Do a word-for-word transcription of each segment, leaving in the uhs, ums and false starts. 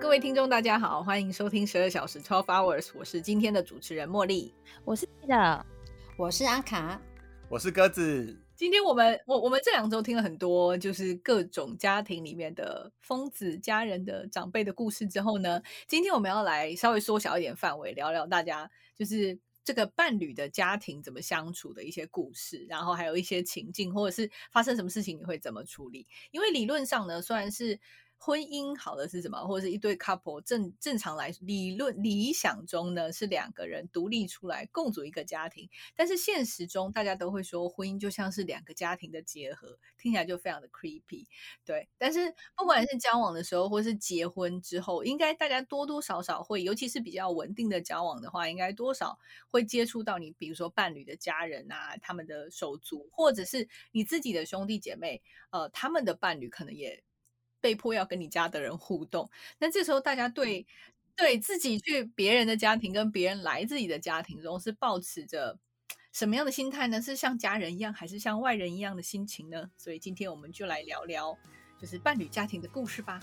各位听众大家好，欢迎收听十二小时 twelve hours， 我是今天的主持人茉莉， 我是的， 我是阿卡， 我是鸽子。 今天我们我我们这两周听了很多就是各种家庭里面的疯子家人的长辈的故事之后呢，今天我们要来稍微缩小一点范围，聊聊大家就是这个伴侣的家庭怎么相处的一些故事，然后还有一些情境，或者是发生什么事情你会怎么处理。因为理论上呢，虽然是婚姻好的是什么，或者是一对 couple 正正常来理论理想中呢是两个人独立出来共组一个家庭，但是现实中大家都会说婚姻就像是两个家庭的结合，听起来就非常的 creepy。 对，但是不管是交往的时候或是结婚之后，应该大家多多少少会，尤其是比较稳定的交往的话，应该多少会接触到你比如说伴侣的家人啊，他们的手足，或者是你自己的兄弟姐妹，呃，他们的伴侣可能也被迫要跟你家的人互动。那这时候大家对对自己去别人的家庭跟别人来自己的家庭中是抱持着什么样的心态呢？是像家人一样还是像外人一样的心情呢？所以今天我们就来聊聊就是伴侣家庭的故事吧。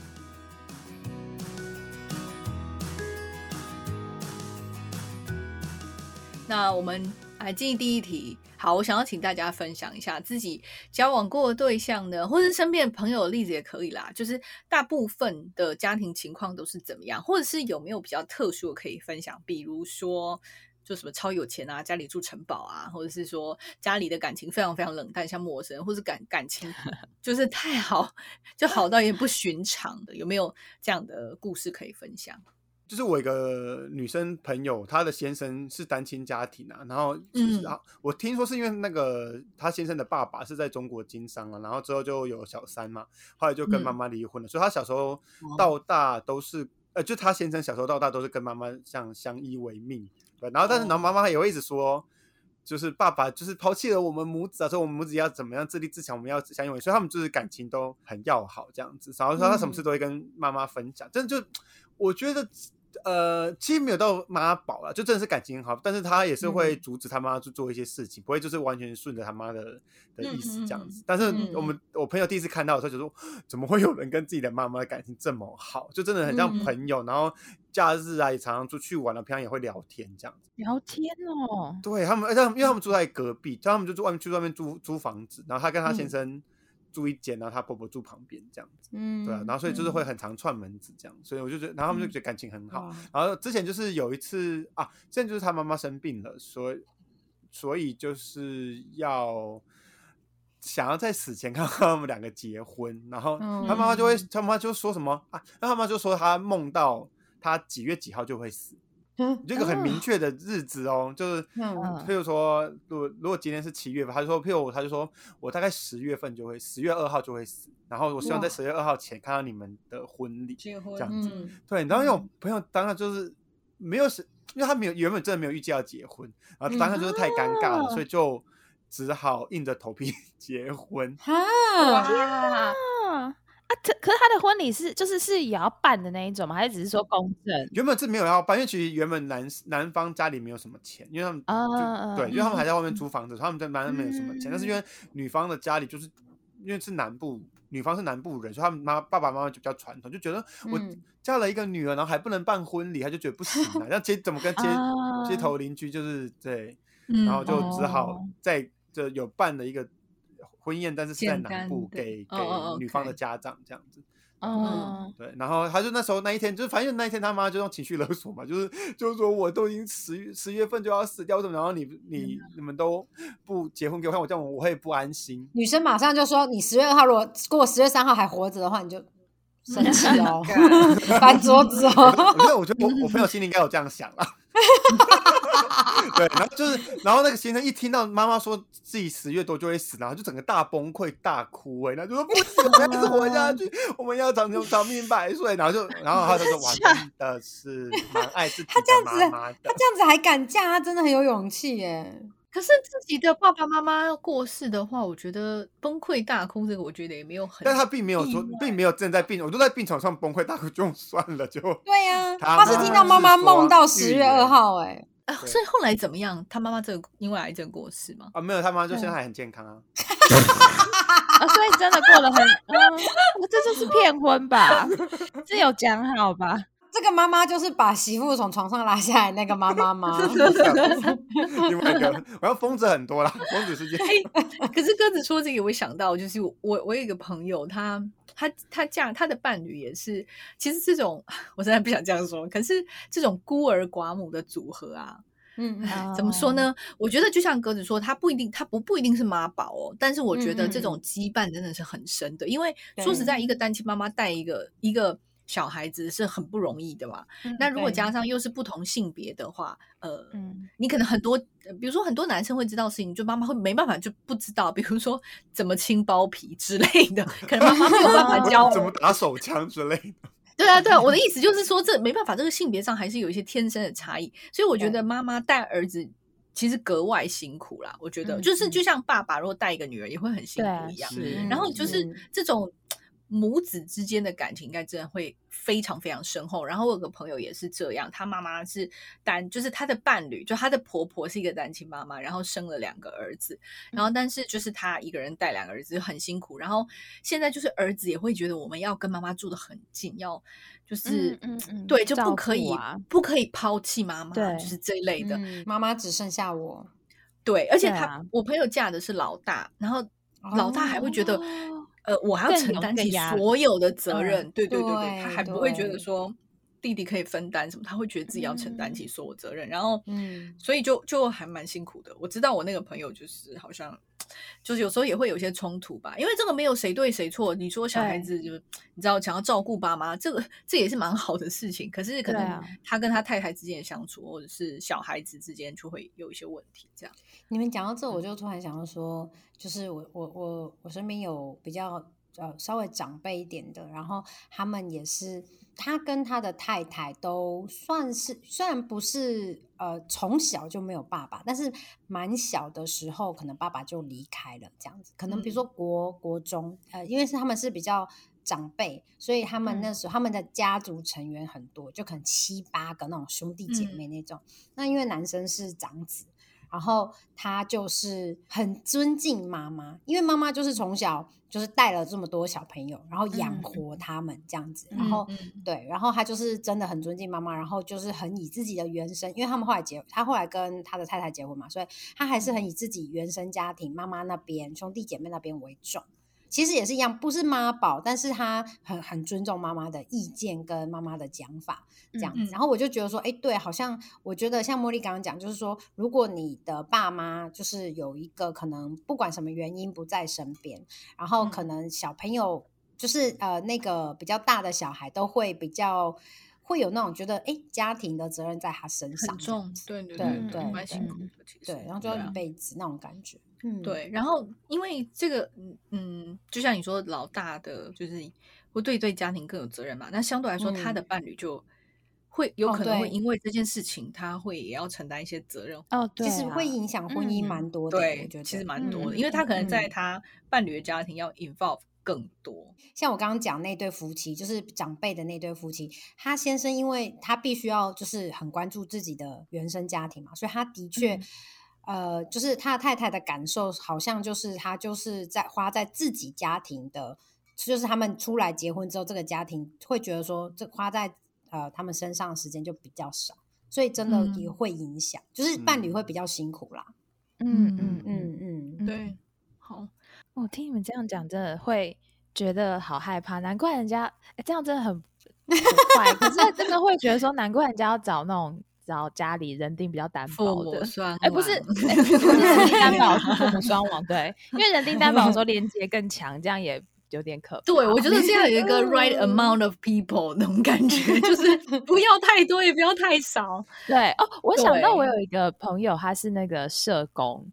那我们来进第一题。好，我想要请大家分享一下自己交往过的对象呢，或是身边朋友的例子也可以啦，就是大部分的家庭情况都是怎么样，或者是有没有比较特殊的可以分享，比如说就什么超有钱啊，家里住城堡啊，或者是说家里的感情非常非常冷淡像陌生人，或是感感情就是太好就好到也不寻常的，有没有这样的故事可以分享？ 就是我一个女生朋友，她的先生是单亲家庭啊，然后、就是嗯、我听说是因为那个她先生的爸爸是在中国经商啊，然后之后就有小三嘛，后来就跟妈妈离婚了、嗯、所以她小时候到大都是、哦、呃，就她先生小时候到大都是跟妈妈像相依为命，对，然后但是然后妈妈也会一直说就是爸爸就是抛弃了我们母子啊，说我们母子要怎么样自立自强，我们要相依为命，所以他们就是感情都很要好这样子，然后说他什么事都会跟妈妈分享、嗯、真的就我觉得呃，其实没有到妈宝啦，就真的是感情很好，但是他也是会阻止他妈去做一些事情、嗯、不会就是完全顺着他妈的的意思这样子、嗯、但是我们、嗯、我朋友第一次看到的时候就说怎么会有人跟自己的妈妈的感情这么好，就真的很像朋友、嗯、然后假日啊也常常出去玩了、啊、平常也会聊天这样子， 聊天哦， 对他们，因为他们住在隔壁，他们就住外面去外面租租房子，然后他跟他先生、嗯住一间，然后他婆婆住旁边这样子，嗯，对啊，然后所以就是会很常串门子这样，所以我就觉得，然后他们就觉得感情很好。嗯、然后之前就是有一次啊，现在就是他妈妈生病了，所以所以就是要想要在死前看到他们两个结婚，然后他妈妈就会，他妈妈就说什么啊？那他妈妈就说他梦到他几月几号就会死。这个很明确的日子哦，就是譬如说如果如果今天是七月份，他就说譬如他就说我大概十月份就会十月二号就会死，然后我希望在十月二号前看到你们的婚礼这样子、嗯、对，然后因为我朋友当然就是没有，因为他没有原本真的没有预计要结婚，然后当然就是太尴尬了、嗯、所以就只好硬着头皮结婚哇啊，可是他的婚礼是就是是也要办的那一种吗？还是只是说公证？ 原本是没有要办，因为其实原本男男方家里没有什么钱，因为他们就、uh, 对，因为他们还在外面租房子，嗯、他们在男方没有什么钱、嗯，但是因为女方的家里就是因为是南部，女方是南部人，所以他们妈爸爸妈妈就比较传统，就觉得我嫁了一个女儿，然后还不能办婚礼，他就觉得不行啊，要接怎么跟街、uh, 街头邻居就是对，然后就只好在这有办了一个婚宴，但是是在南部给给女方的家长这样子。嗯，对，然后他就那时候那一天，就是反正那一天他妈就用情绪勒索嘛，就是就是说我都已经十十月份就要死掉，然后你你你们都不结婚给我看，我这样我会不安心。 女生马上就说，你十月二号如果过十月三号还活着的话，你就生气哦，翻桌子哦。 我觉得我觉得我我朋友心里应该有这样想啦。对，然后就是，然后那个先生一听到妈妈说自己十月多就会死，然后就整个大崩溃、大哭哎、欸，然后就说不行，我们要一直活下去，我们要长长命百岁，然后就，然后他就说哇，真的是蛮爱自己的妈妈的， 他这样子还敢嫁，他真的很有勇气耶。 可是自己的爸爸妈妈要过世的话，我觉得崩溃大哭这个，我觉得也没有很， 但他并没有说，并没有正在病，我都在病床上崩溃大哭就算了，就对呀、啊，他是听到妈妈梦到十月二号哎。 啊，所以后来怎么样？他妈妈这个因为癌症过世吗？ 啊，没有，他妈就现在还很健康啊。 啊，所以真的过得很，嗯，这就是骗婚吧？这有讲好吧？ 这个妈妈就是把媳妇从床上拉下来那个妈妈吗？ 另外一个，我要疯子很多啦，疯子世界。 欸、可是鸽子说这个，我想到就是我我有一个朋友，他他他嫁他的伴侣也是，其实这种我实在不想这样说，可是这种孤儿寡母的组合啊。嗯，怎么说呢？我觉得就像鸽子说，他不一定，他不不一定是妈宝哦，但是我觉得这种羁绊真的是很深的，嗯、因为说实在，一个单亲妈妈带一个一个小孩子是很不容易的嘛。嗯、那如果加上又是不同性别的话，呃，嗯、你可能很多，比如说很多男生会知道事情，就妈妈会没办法就不知道，比如说怎么清包皮之类的，可能妈妈没有办法教怎么打手枪之类的。 对啊，对啊，我的意思就是说，这没办法，这个性别上还是有一些天生的差异，所以我觉得妈妈带儿子其实格外辛苦啦。我觉得、嗯、就是就像爸爸如果带一个女儿也会很辛苦一样，然后就是这种母子之间的感情应该真的会非常非常深厚。然后我有个朋友也是这样，他妈妈是单，就是他的伴侣，就他的婆婆是一个单亲妈妈，然后生了两个儿子，然后但是就是他一个人带两个儿子很辛苦，然后现在就是儿子也会觉得我们要跟妈妈住得很近，要就是嗯嗯嗯对，就不可以、啊、不可以抛弃妈妈，就是这一类的、 嗯、妈妈只剩下我。 对，而且他、啊、我朋友嫁的是老大，然后老大还会觉得、哦呃，我还要承担起所有的责任，对对对对，他还不会觉得说弟弟可以分担什么，他会觉得自己要承担起所有责任，嗯、然后，嗯，所以就就还蛮辛苦的。我知道我那个朋友就是好像就是有时候也会有些冲突吧，因为这个没有谁对谁错。你说小孩子就你知道想要照顾爸妈，这个这也是蛮好的事情，可是可能他跟他太太之间的相处，或者是小孩子之间就会有一些问题。这样， 你们讲到这，我就突然想到说，就是我我我我身边有比较呃稍微长辈一点的，然后他们也是，他跟他的太太都算是，虽然不是呃从小就没有爸爸，但是蛮小的时候可能爸爸就离开了，这样子，可能比如说国、嗯、国中，呃，因为是他们是比较长辈，所以他们那时候、嗯、他们的家族成员很多，就可能七八个那种兄弟姐妹那种。嗯、那因为男生是长子，然后他就是很尊敬妈妈，因为妈妈就是从小就是带了这么多小朋友，然后养活他们这样子，嗯、然后、嗯、对，然后他就是真的很尊敬妈妈，然后就是很以自己的原生，因为他们后来结，他后来跟他的太太结婚嘛，所以他还是很以自己原生家庭妈妈那边兄弟姐妹那边为重。其实也是一样，不是妈宝，但是他很很尊重妈妈的意见跟妈妈的讲法这样子。嗯、然后我就觉得说，哎，对，好像我觉得像茉莉刚刚讲，就是说，如果你的爸妈就是有一个可能不管什么原因不在身边，然后可能小朋友就是、嗯、呃那个比较大的小孩都会比较会有那种觉得，哎，家庭的责任在他身上很重，对对对对， 蛮辛苦的，其实对，然后就要一辈子、啊、那种感觉。嗯， 对，然后因为这个，嗯，就像你说，老大的就是会对对家庭更有责任嘛，那相对来说，嗯、他的伴侣就会有可能会因为这件事情，哦、他会也要承担一些责任。 哦，对、啊，其实会影响婚姻蛮多的， 嗯、对， 我觉得其实蛮多的，嗯、因为他可能在他伴侣的家庭要 involve 更多。 像我刚刚讲那对夫妻，就是长辈的那对夫妻，他先生因为他必须要就是很关注自己的原生家庭嘛，所以他的确。嗯呃，就是他太太的感受，好像就是他就是在花在自己家庭的，就是他们出来结婚之后，这个家庭会觉得说，这花在呃他们身上的时间就比较少，所以真的也会影响，嗯、就是伴侣会比较辛苦啦。 嗯嗯嗯嗯， 对。好， 我听你们这样讲，真的会觉得好害怕，难怪人家这样真的很很坏，可是真的会觉得说，难怪人家要找那种。找家里人丁比较单薄的，哎，不是，哎，不是人丁单薄，是父母双亡，对，因为人丁单薄的时候连接更强，这样也有点可怕。 对，我觉得这样有一个 right amount of people 那种感觉，就是不要太多，也不要太少。 对哦，我想到我有一个朋友，他是那个社工。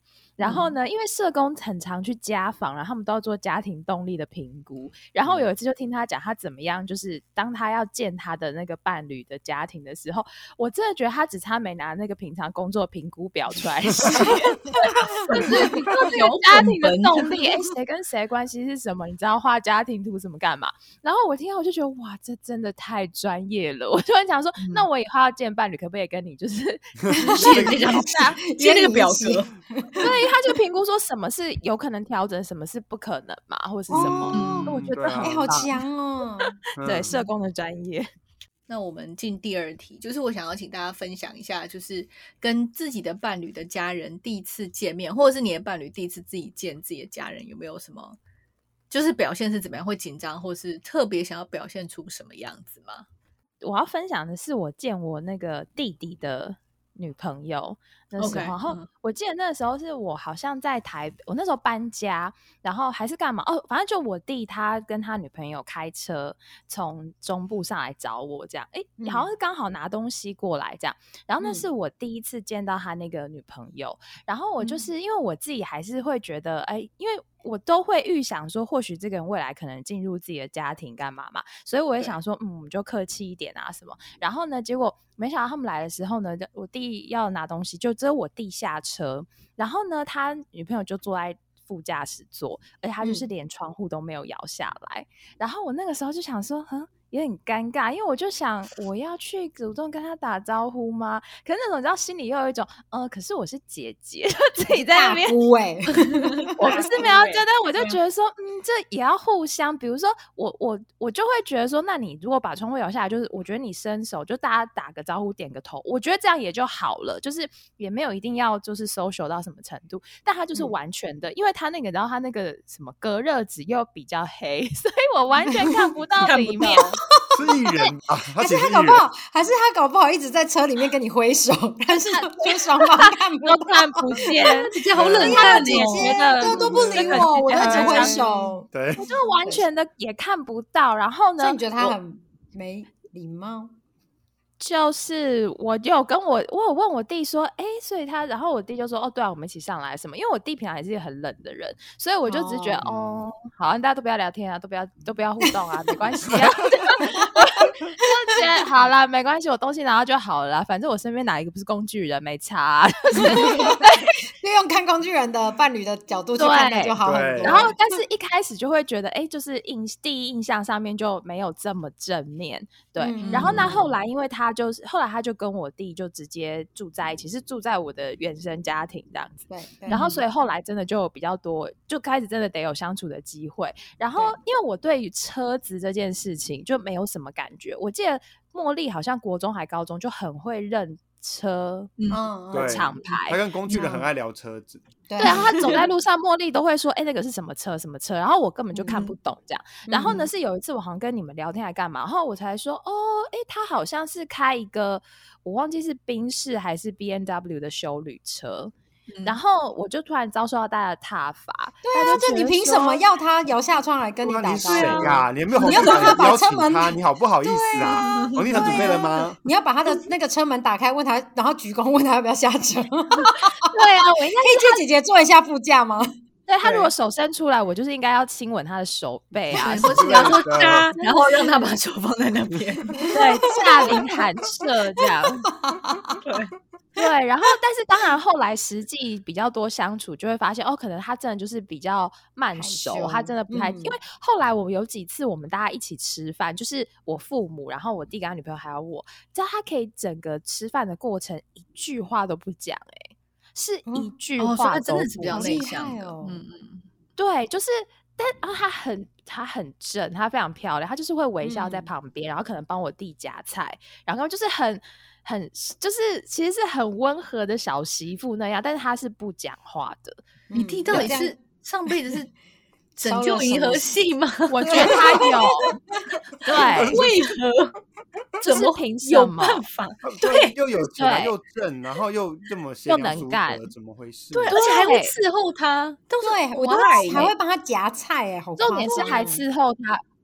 然后呢，因为社工很常去家访，然后他们都要做家庭动力的评估。然后有一次就听他讲他怎么样，就是当他要见他的那个伴侣的家庭的时候，我真的觉得他只差没拿那个平常工作评估表出来写，就是你做这个家庭的动力，哎，谁跟谁关系是什么？你知道画家庭图怎么干嘛？然后我听到我就觉得哇，这真的太专业了。我就很想说，嗯、那我以后要见伴侣，可不可以跟你就是写那张写那个表格？ 对，他就评估说什么是有可能调整，什么是不可能嘛，或者是什么？ 哦、 我觉得很、 欸、好强哦。 对，社工的专业。 那我们进第二题，就是我想要请大家分享一下，就是跟自己的伴侣的家人第一次见面，或者是你的伴侣第一次自己见自己的家人，有没有什么就是表现是怎么样，会紧张，或是特别想要表现出什么样子吗？ 我要分享的是我见我那个弟弟的女朋友那时候， okay, 然后嗯、 我记得那时候是我好像在台，我那时候搬家，然后还是干嘛哦，反正就我弟他跟他女朋友开车从中部上来找我，这样，哎、嗯，好像是刚好拿东西过来这样，然后那是我第一次见到他那个女朋友，嗯、然后我就是因为我自己还是会觉得，哎，因为我都会预想说，或许这个人未来可能进入自己的家庭干嘛嘛，所以我也想说，嗯，我们就客气一点啊什么。然后呢，结果没想到他们来的时候呢，我弟要拿东西，就只有我弟下车，然后呢，他女朋友就坐在副驾驶座，而且他就是连窗户都没有摇下来。嗯、然后我那个时候就想说，嗯。有点尴尬，因为我就想我要去主动跟他打招呼吗？可是那种你知道心里又有一种呃，可是我是姐姐，自己在那边大姑哎、 欸，我不是没有觉得，我就觉得说，嗯，这也要互相。比如说我我我就会觉得说，那你如果把窗户摇下来，就是我觉得你伸手就大家打个招呼，点个头，我觉得这样也就好了，就是也没有一定要就是 social 到什么程度。但他就是完全的，嗯、因为他那个然后他那个什么隔热纸又比较黑，所以我完全看不到里面。 是艺人啊， 还是他搞不好，还是他搞不好一直在车里面跟你挥手，但是就双方看不都看不见， 姐姐好冷淡， 姐姐都都不理我，我都只挥手， 对， 我就完全的也看不到。然后呢， 所以你觉得他很没礼貌？ 就是我有跟我我有问我弟说，哎，所以他，然后我弟就说，哦，对啊，我们一起上来什么？因为我弟平常也是很冷的人，所以我就只觉得，哦，哦好，大家都不要聊天啊，都不要都不要互动啊，没关系啊。就觉得好啦，没关系，我东西拿到就好了啦，反正我身边哪一个不是工具人，没差、啊。 就用看工具人的伴侣的角度去看待就好很多。 然后，但是一开始就会觉得，哎，就是印第一印象上面就没有这么正面，对。嗯、然后那后来，因为他就是后来他就跟我弟就直接住在一起，是住在我的原生家庭这样子。 对。对然后，所以后来真的就比较多，就开始真的得有相处的机会。然后，因为我对于车子这件事情就没有什么感觉，我记得茉莉好像国中还高中就很会认车的厂牌， 他跟工具人很爱聊车子。 嗯、对，然后他走在路上，茉莉都会说：“哎、欸，那个是什么车？什么车？”然后我根本就看不懂这样。嗯、然后呢，是有一次我好像跟你们聊天还干嘛，然后我才说：“哦，哎、欸，他好像是开一个，我忘记是宾士还是 B M W 的休旅车。”嗯、然后我就突然遭受到大家的挞伐， 对啊，就你凭什么要他摇下窗来跟你打招呼？ 你谁呀？你有没有你要帮他把车门他？你好不好意思啊？王立成准备了吗？ 你要把他的那个车门打开，问他，然后鞠躬问他要不要下车。 对啊，我应该可以借姐姐坐一下副驾吗？ 对，他如果手伸出来，我就是应该要亲吻他的手背啊， 或者要说加，然后让他把手放在那边， 对，驾临寒舍这样，对。对，然后但是当然后来实际比较多相处，就会发现哦，可能他真的就是比较慢熟，他真的不太、嗯、因为后来我有几次我们大家一起吃饭，就是我父母，然后我弟跟他女朋友还有我，知道他可以整个吃饭的过程一句话都不讲、欸，是一句话都不讲、 哦哦、真的是比较内向的， 哦、 嗯嗯， 对，就是。但啊，他很他很正，他非常漂亮，他就是会微笑在旁边，嗯、然后可能帮我弟夹菜，然后就是很很就是其实是很温和的小媳妇那样，但是他是不讲话的。 嗯、你弟到底是上辈子是拯救银河系吗？ 我觉得他有，对， 为何？ 怎么凭什么？ 有办法？ 对，又有钱又正，然后又这么又能干， 怎么回事？ 对，而且还会伺候他， 对，我都还会帮他夹菜哎，好重点是还伺候他。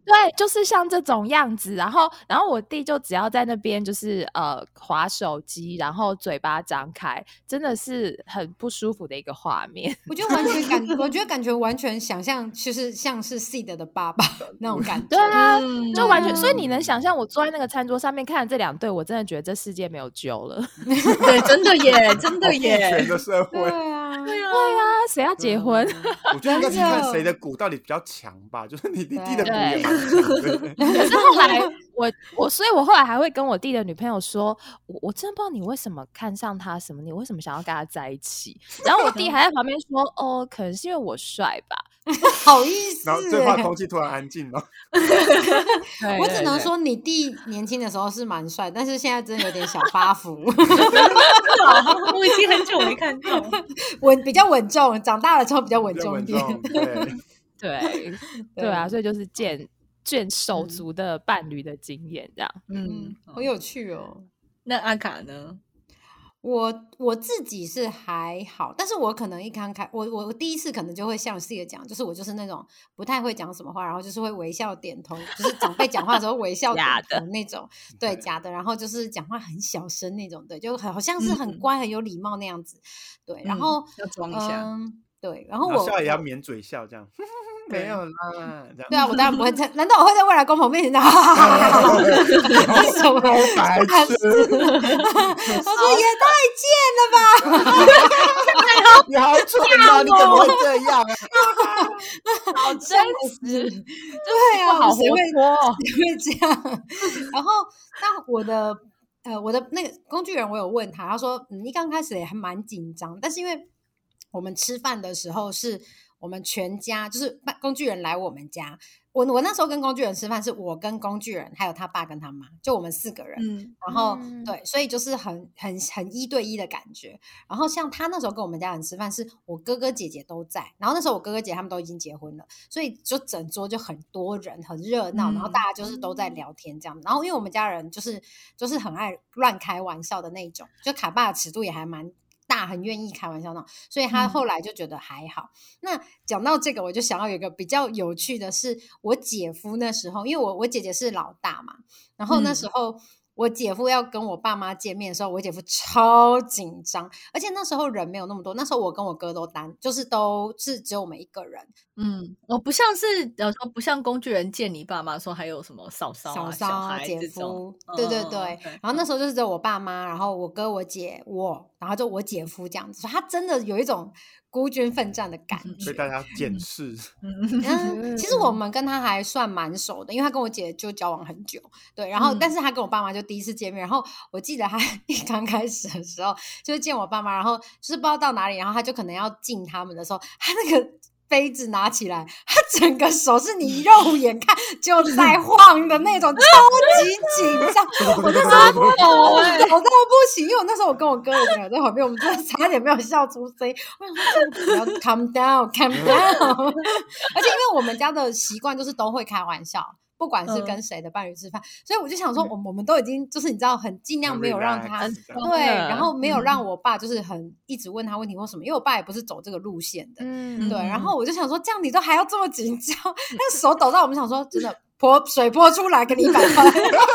对，就是像这种样子，然后然后我弟就只要在那边就是呃滑手机，然后嘴巴张开，真的是很不舒服的一个画面。 我觉得完全感，我觉得感觉完全想象，就是像是 Seed 的爸爸那种感觉。 对啊， 嗯就完全，所以你能想象我坐在那个餐桌上面看这两对，我真的觉得这世界没有救了。 对，真的耶，真的耶， 全的社会。 对啊， 对啊， 对啊，谁要结婚？ 我觉得应该是看谁的骨到底比较强吧，就是你你弟的骨也蛮强的。 可是后来我我，所以我后来还会跟我弟的女朋友说，我我真的不知道你为什么看上他什么，你为什么想要跟他在一起？然后我弟还在旁边说，哦，可能是因为我帅吧。 好意思。 然后最怕空气突然安静了。 我只能说你弟年轻的时候是蛮帅，但是现在真的有点小发福。 我已经很久没看到稳比较稳重，长大了之后比较稳重一点。 对对对啊，所以就是见见手足的伴侣的经验这样。 嗯， 好有趣哦。 那阿卡呢？ 我我自己是还好，但是我可能一刚开我我我第一次可能就会像 C 讲，就是我就是那种不太会讲什么话，然后就是会微笑点头，就是长辈讲话的时候微笑点头那种，对，假的，然后就是讲话很小声那种，对，就好像是很乖、嗯、很有礼貌那样子，对，然后、 嗯、要装一下， 嗯，对，然后我笑也要抿嘴笑这样。没有啦， 对啊，我当然不会在，难道我会在未来公婆面前这样？哈哈哈哈什么白痴？他说也太贱了吧！ 你好蠢啊！你怎么会这样啊？ 好真实， 对啊， 好活泼， 谁会这样？然后，那我的呃，我的那个工具人，我有问他，他说，嗯，一刚开始也还蛮紧张，但是因为我们吃饭的时候是。我们全家就是工具人来我们家，我我那时候跟工具人吃饭，是我跟工具人还有他爸跟他妈，就我们四个人。嗯，然后、嗯、对，所以就是很很很一对一的感觉。然后像他那时候跟我们家人吃饭，是我哥哥姐姐都在，然后那时候我哥哥姐姐他们都已经结婚了，所以就整桌就很多人，很热闹，然后大家就是都在聊天这样。然后因为我们家人就是就是很爱乱开玩笑的那种，就卡爸的尺度也还蛮。大很愿意开玩笑那种，所以他后来就觉得还好。嗯、那讲到这个，我就想要有一个比较有趣的是，我姐夫那时候，因为我我姐姐是老大嘛，然后那时候。嗯我姐夫要跟我爸妈见面的时候，我姐夫超紧张，而且那时候人没有那么多，那时候我跟我哥都单，就是都是只有我们一个人。 嗯，我不像是有时候不像工具人见你爸妈说还有什么嫂嫂、啊、 嫂嫂、姐夫，对对对、 嗯。 然后那时候就是只有我爸妈，然后我哥、我姐、我，然后就我姐夫这样子，他真的有一种。孤军奋战的感觉， 所以大家检视。 嗯，其实我们跟他还算蛮熟的，因为他跟我姐就交往很久，对。然后，嗯、但是他跟我爸妈就第一次见面。然后我记得他一刚开始的时候，就是见我爸妈，然后就是不知道到哪里，然后他就可能要敬他们的时候，他那个杯子拿起来，他整个手是你肉眼看就在晃的那种，超级紧张。我那时候抖哎，抖到不行，因为我那时候我跟我哥我们俩在旁边，我们真的差点没有笑出声音。我想说，不要 calm down，calm down。而且因为我们家的习惯就是都会开玩笑。不管是跟谁的伴侣吃饭、嗯、所以我就想说我我们都已经就是你知道很尽量没有让他对，然后没有让我爸就是很一直问他问题或什么，因为我爸也不是走这个路线的、嗯、对，然后我就想说这样你都还要这么紧张，那手抖到我们想说真的泼水泼出来给你一百块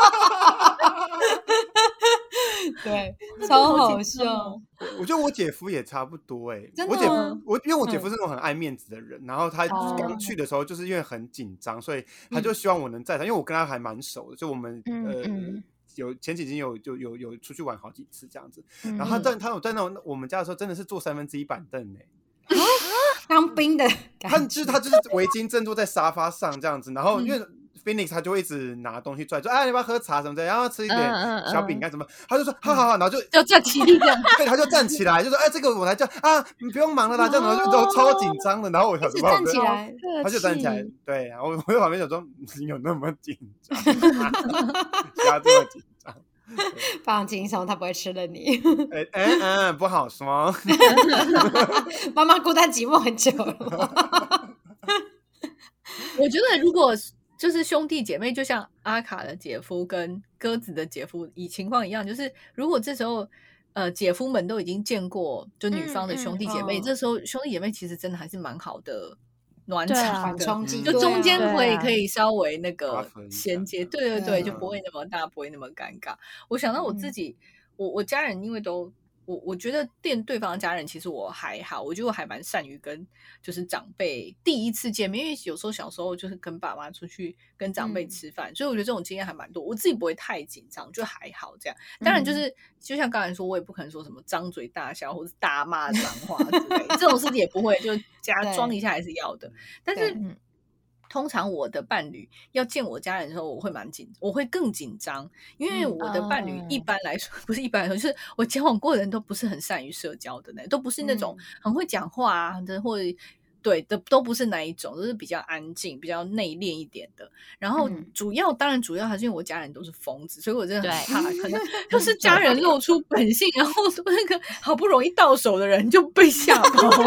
对，超好笑。 我觉得我姐夫也差不多哎、欸，我姐夫我因为我姐夫是那种很爱面子的人，嗯、然后他刚去的时候就是因为很紧张，所以他就希望我能在场、嗯，因为我跟他还蛮熟的，就我们、嗯、呃、嗯、有前几天有就有有出去玩好几次这样子，嗯、然后他在他有在那种我们家的时候真的是坐三分之一板凳哎、欸， 当兵的感觉， 他就是他就是围巾正坐在沙发上这样子，然后因为。嗯Phoenix 他就会一直拿东西出来说，哎，你要不要喝茶什么的，然后吃一点小饼干什么，嗯嗯嗯他就说好好好，然后就就站起立这样， 对，他就站起来，就说哎，这个我来叫啊，你不用忙了啦，这样子就超紧张的，然后我想说站起来， 他就站起来，对，然后我在旁边想说，你有那么紧张，不要这么紧张。 放轻松，他不会吃了你。 哎哎嗯，不好说。 妈妈孤单寂寞很久了。 我觉得如果就是兄弟姐妹，就像阿卡的姐夫跟鸽子的姐夫，以情况一样，就是如果这时候呃姐夫们都已经见过就女方的兄弟姐妹，嗯嗯、这时候兄弟姐妹其实真的还是蛮好的暖对啊场的， 缓冲剂， 就对啊中间会对啊可以稍微那划个分一下衔接，对对对， 对就不会那么大，不会那么尴尬。我想到我自己，我我家人因为都。我我觉得见对方的家人，其实我还好，我觉得我还蛮善于跟就是长辈第一次见面，因为有时候小时候就是跟爸妈出去跟长辈吃饭，嗯、所以我觉得这种经验还蛮多。我自己不会太紧张，就还好这样。当然就是、嗯、就像刚才说，我也不可能说什么张嘴大笑或是大骂脏话之类，这种事情也不会，就加装一下还是要的。但是。通常我的伴侣要见我家人的时候，我会蛮紧，我会更紧张，因为我的伴侣一般来说、嗯、不是一般来说，就是我交往过的人都不是很善于社交的呢，都不是那种很会讲话啊，或者对的都不是那一种，都是比较安静、比较内敛一点的。然后主要、嗯、当然主要还是因为我家人都是疯子，所以我真的很怕，可能就是家人露出本性，然后那个好不容易到手的人就被吓跑了。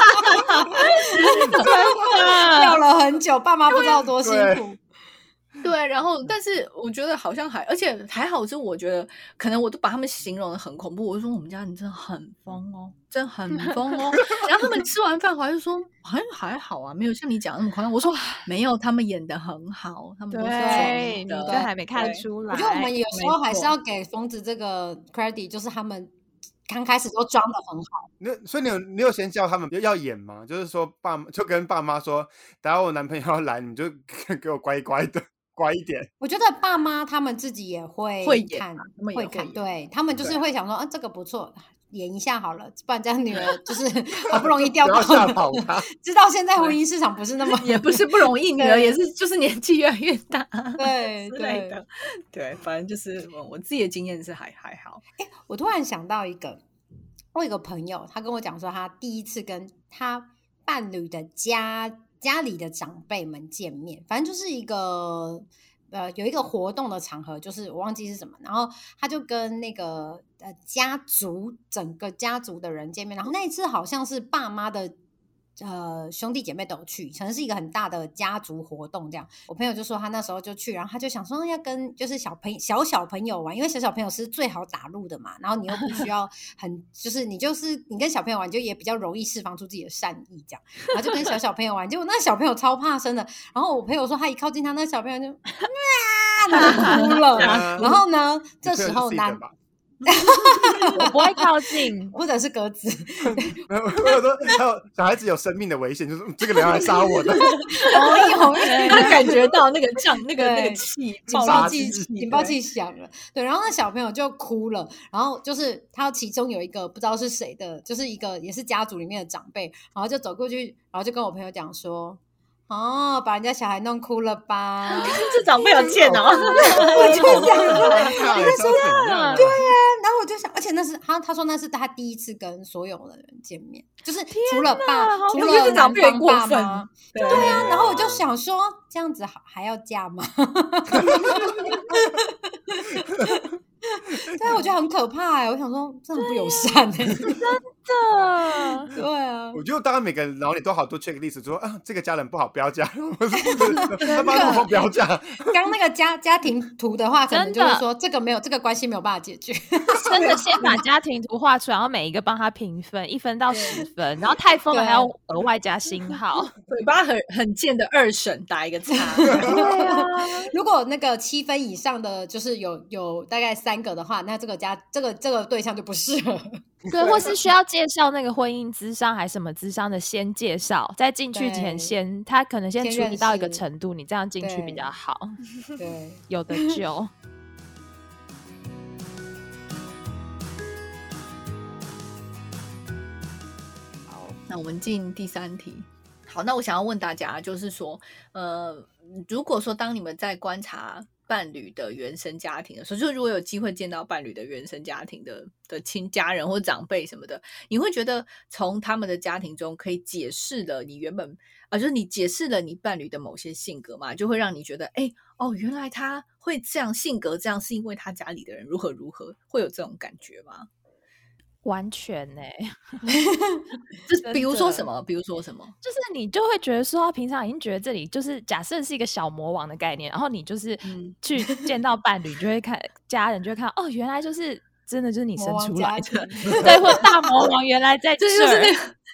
吊了很久，爸妈不知道多辛苦。 对，然后但是我觉得好像还，而且还好是我觉得可能我都把他们形容的很恐怖，我就说我们家人真的很疯哦，真的很疯哦。然后他们吃完饭回来就说好像还好啊，没有像你讲的那么夸张。我说没有，他们演的很好，他们都是对， 的， 你这还没看出来。 我觉得我们有时候还是要给疯子这个 credit， 就是他们刚开始都装的很好。 你所以你有你有先叫他们要演吗？就是说爸就跟爸妈说，等下我男朋友要来，你就给我乖乖的。乖一点， 我觉得爸妈他们自己也会会看， 会, 会看，对他们就是会想说啊，这个不错，演一下好了，不然这样女儿就是好不容易钓到了， 知道现在婚姻市场不是那么也不是不容易，女儿也是就是年纪越来越大， 对之类的，对，反正就是我我自己的经验是还还好。 哎，我突然想到一个，我有个朋友，他跟我讲说，他第一次跟他伴侣的家。家里的长辈们见面，反正就是一个呃有一个活动的场合，就是我忘记是什么，然后他就跟那个呃家族整个家族的人见面，然后那一次好像是爸妈的呃兄弟姐妹都有去，可能是一个很大的家族活动这样。我朋友就说他那时候就去，然后他就想说要跟就是小朋小小朋友玩，因为小小朋友是最好打入的嘛，然后你又不需要很就是你就是你跟小朋友玩就也比较容易释放出自己的善意这样，然后就跟小小朋友玩，结果那小朋友超怕生的，然后我朋友说他一靠近他，那小朋友就啊，然后哭了，然后呢这时候男我不会靠近， 或者是鸽子。 没有，我有说还有小孩子有生命的危险，就是这个人要来杀我的。 有有， 他感觉到那个胀，那个那个气， 警报器，警报器响了。对，然后那小朋友就哭了，然后就是他其中有一个不知道是谁的，就是一个也是家族里面的长辈，然后就走过去，然后就跟我朋友讲说。哦，把人家小孩弄哭了吧？ 这长辈有贱哦！ 我就想说， 你在说怎样？ 对呀、啊，然后我就想，而且那是他他说那是他第一次跟所有的人见面，就是除了爸，除了男方爸妈，对啊，然后我就想说，这样子还还要嫁吗？对啊，我觉得很可怕哎、欸！我想说，这很不友善哎、欸， 真的。 对啊， 我觉得当然每个人脑里都好多 checklist， 说啊，这个家人不好，不要嫁；他妈老公不要嫁。 刚那个家家庭图的话，可能就是说这个没有这个关系没有办法解决。 真的，先把家庭图画出来，然后每一个帮他评分，一分到十分，然后太疯了还要额外加星号。 嘴巴很很贱的二审打一个叉。 对啊，如果那个七分以上的，就是有有大概三个的话，那这个家这个这个对象就不适合。 对，或是需要介绍那个婚姻咨商还是什么咨商的，先介绍，在进去前先他可能先处理到一个程度，你这样进去比较好。 对， 有的救。 好，那我们进第三题。好，那我想要问大家，就是说，呃，如果说当你们在观察伴侣的原生家庭的时候，就如果有机会见到伴侣的原生家庭的的亲家人或长辈什么的，你会觉得从他们的家庭中可以解释了你原本啊、呃，就是你解释了你伴侣的某些性格嘛，就会让你觉得，哎，哦，原来他会这样性格这样，是因为他家里的人如何如何，会有这种感觉吗？ 完全呢、欸， 就比如说什么？比如说什么？ 就是你就会觉得说，平常已经觉得这里就是假设是一个小魔王的概念，然后你就是去见到伴侣，就会看家人就会看哦，原来就是真的就是你生出来的，对，或大魔王原来在这儿， 就是那个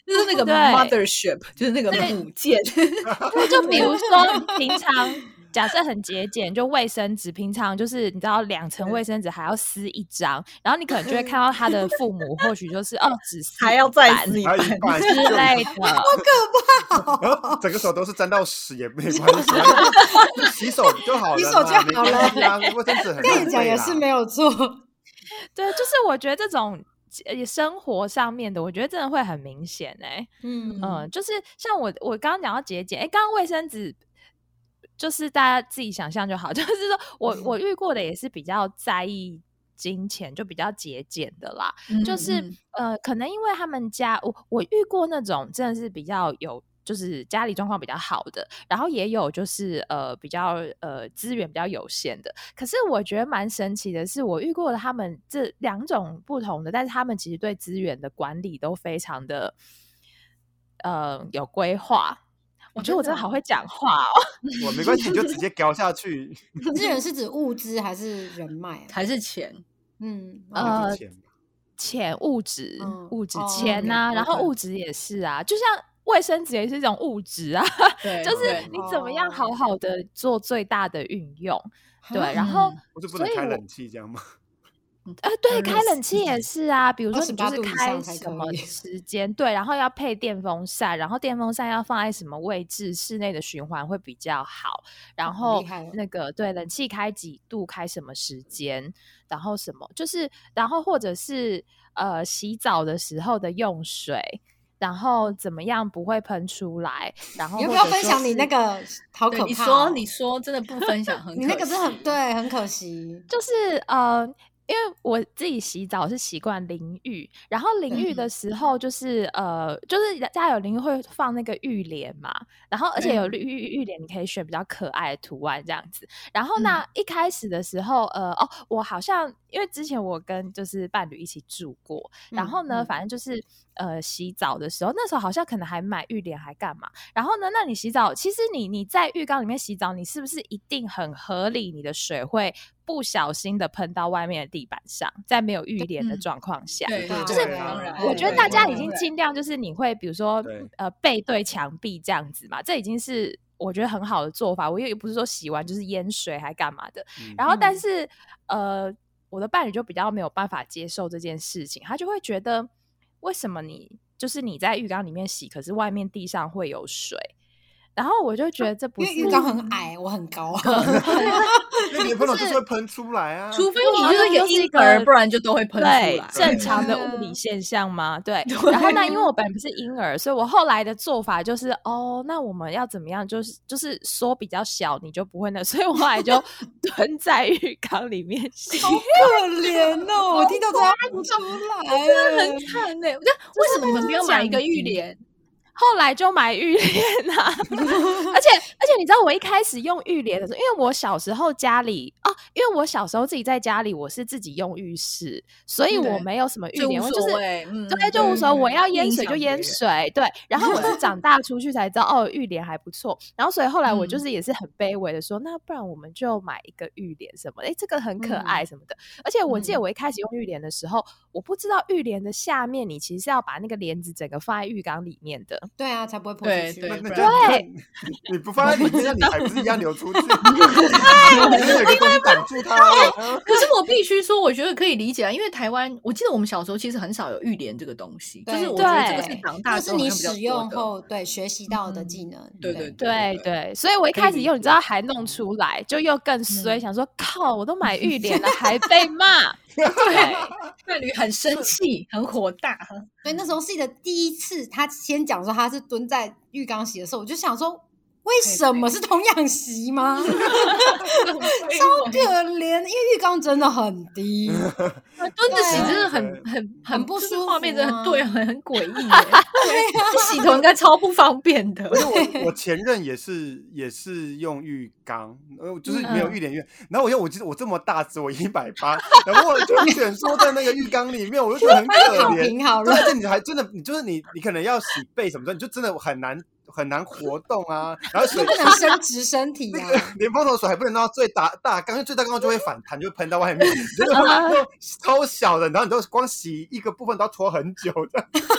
就是那个 mothership， 就是那个母舰。 就比如说平常假设很节俭，就卫生纸平常就是你知道两层卫生纸还要撕一张，然后你可能就会看到他的父母或许就是哦只撕还要再撕一半之类的， 好可怕、哦！ 然后整个手都是沾到屎也没关系，洗手就好了， 洗手就好了。 卫生纸很这样讲也是没有错。 对，就是我觉得这种生活上面的，我觉得真的会很明显哎、欸。嗯嗯，就是像我我刚刚讲到节俭，哎，刚刚卫生纸。就是大家自己想象就好，就是说我我遇过的也是比较在意金钱，就比较节俭的啦。嗯、就是呃，可能因为他们家，我我遇过那种真的是比较有，就是家里状况比较好的，然后也有就是呃比较呃资源比较有限的。可是我觉得蛮神奇的是，我遇过的他们这两种不同的，但是他们其实对资源的管理都非常的呃有规划。我觉得我真的好会讲话哦！ 我没关系，你就直接聊下去。 资源是指物资还是人脉、啊？ 还是钱？ 嗯， 呃，钱、物质、嗯、物质、钱啊，哦、然后物质也是啊，就像卫生纸也是一种物质啊，就是你怎么样好好的做最大的运用，哦、对，然后不是不能开冷气这样吗？ 呃，对，开冷气也是啊，比如说你就是开什么时间，对，然后要配电风扇，然后电风扇要放在什么位置，室内的循环会比较好，然后那个对，冷气开几度，开什么时间，然后什么就是，然后或者是呃洗澡的时候的用水，然后怎么样不会喷出来，然后你要不要分享你那个好可怕、哦？ 你说你说真的不分享很可惜， 你那个真的很对，很可惜， 就是呃。因为我自己洗澡是习惯淋浴，然后淋浴的时候就是呃，就是家有淋浴会放那个浴帘嘛，然后而且有浴浴帘你可以选比较可爱的图案这样子。然后那一开始的时候，呃，哦，我好像因为之前我跟就是伴侣一起住过，然后呢，反正就是呃洗澡的时候，那时候好像可能还买浴帘还干嘛。然后呢，那你洗澡，其实你你在浴缸里面洗澡，你是不是一定很合理？你的水会不小心的喷到外面的地板上，在没有浴帘的状况下， 对对就是我觉得大家已经尽量就是你会比如说呃背对墙壁这样子嘛，这已经是我觉得很好的做法。我也不是说洗完就是淹水还干嘛的，嗯、然后但是呃我的伴侣就比较没有办法接受这件事情，他就会觉得为什么你就是你在浴缸里面洗，可是外面地上会有水。然后我就觉得这不是因为浴缸很矮，我很高啊， 那你的喷头就是会喷出来啊， 除非你就是有婴儿，不然就都会喷出来。 正常的物理现象吗？对。然后那因为我本来不是婴儿，所以我后来的做法就是哦，那我们要怎么样？就是就是缩比较小，你就不会那，所以我后来就蹲在浴缸里面洗。 好可怜哦！我听到这样不出来， 真的很惨哎！我觉得为什么你们不要买一个浴帘？ 后来就买浴帘啊，而且而且你知道我一开始用浴帘的时候，因为我小时候家里哦，因为我小时候自己在家里我是自己用浴室，所以我没有什么浴帘，我就是、嗯、对就无所谓，我要淹水就淹水，对。然后我是长大出去才知道哦，浴帘还不错。然后所以后来我就是也是很卑微的说，嗯、那不然我们就买一个浴帘什么的，哎，这个很可爱什么的。嗯、而且我记得我一开始用浴帘的时候，我不知道浴帘的下面你其实是要把那个帘子整个放在浴缸里面的。 对啊，才不会泼出去。 对对对， 你不放在里面，你还不是一样流出去？对，有个东西挡住它。 可是我必须说，我觉得可以理解啊，因为台湾，我记得我们小时候其实很少有浴帘这个东西，就是我觉得这个是长大之后就是你使用后对学习到的技能。 嗯、对对对对，所以我一开始用，你知道还弄出来，就又更衰，想说靠，我都买浴帘了，还被骂。 对，伴侣很生气，很火大。 对，那时候是的第一次，他先讲说他是蹲在浴缸洗的时候，我就想说，为什么是童养媳吗？超可怜，因为浴缸真的很低， 蹲着洗真的很很很不舒服， 画面真的很对，很很诡异。对，洗头应该超不方便的。 我我前任也是也是用浴缸，就是没有浴帘浴，然后我用我记得我这么大只，我一百八，然后我就蜷缩在那个浴缸里面，我就觉得很可怜。对，而且你还真的，你就是你你可能要洗背什么的，你就真的很难。很难活动啊，然后水不能伸直身体啊， 连喷头水还不能到最大大缸，因为最大缸就会反弹，就会喷到外面，就是超小的，然后你都光洗一个部分都要拖很久的。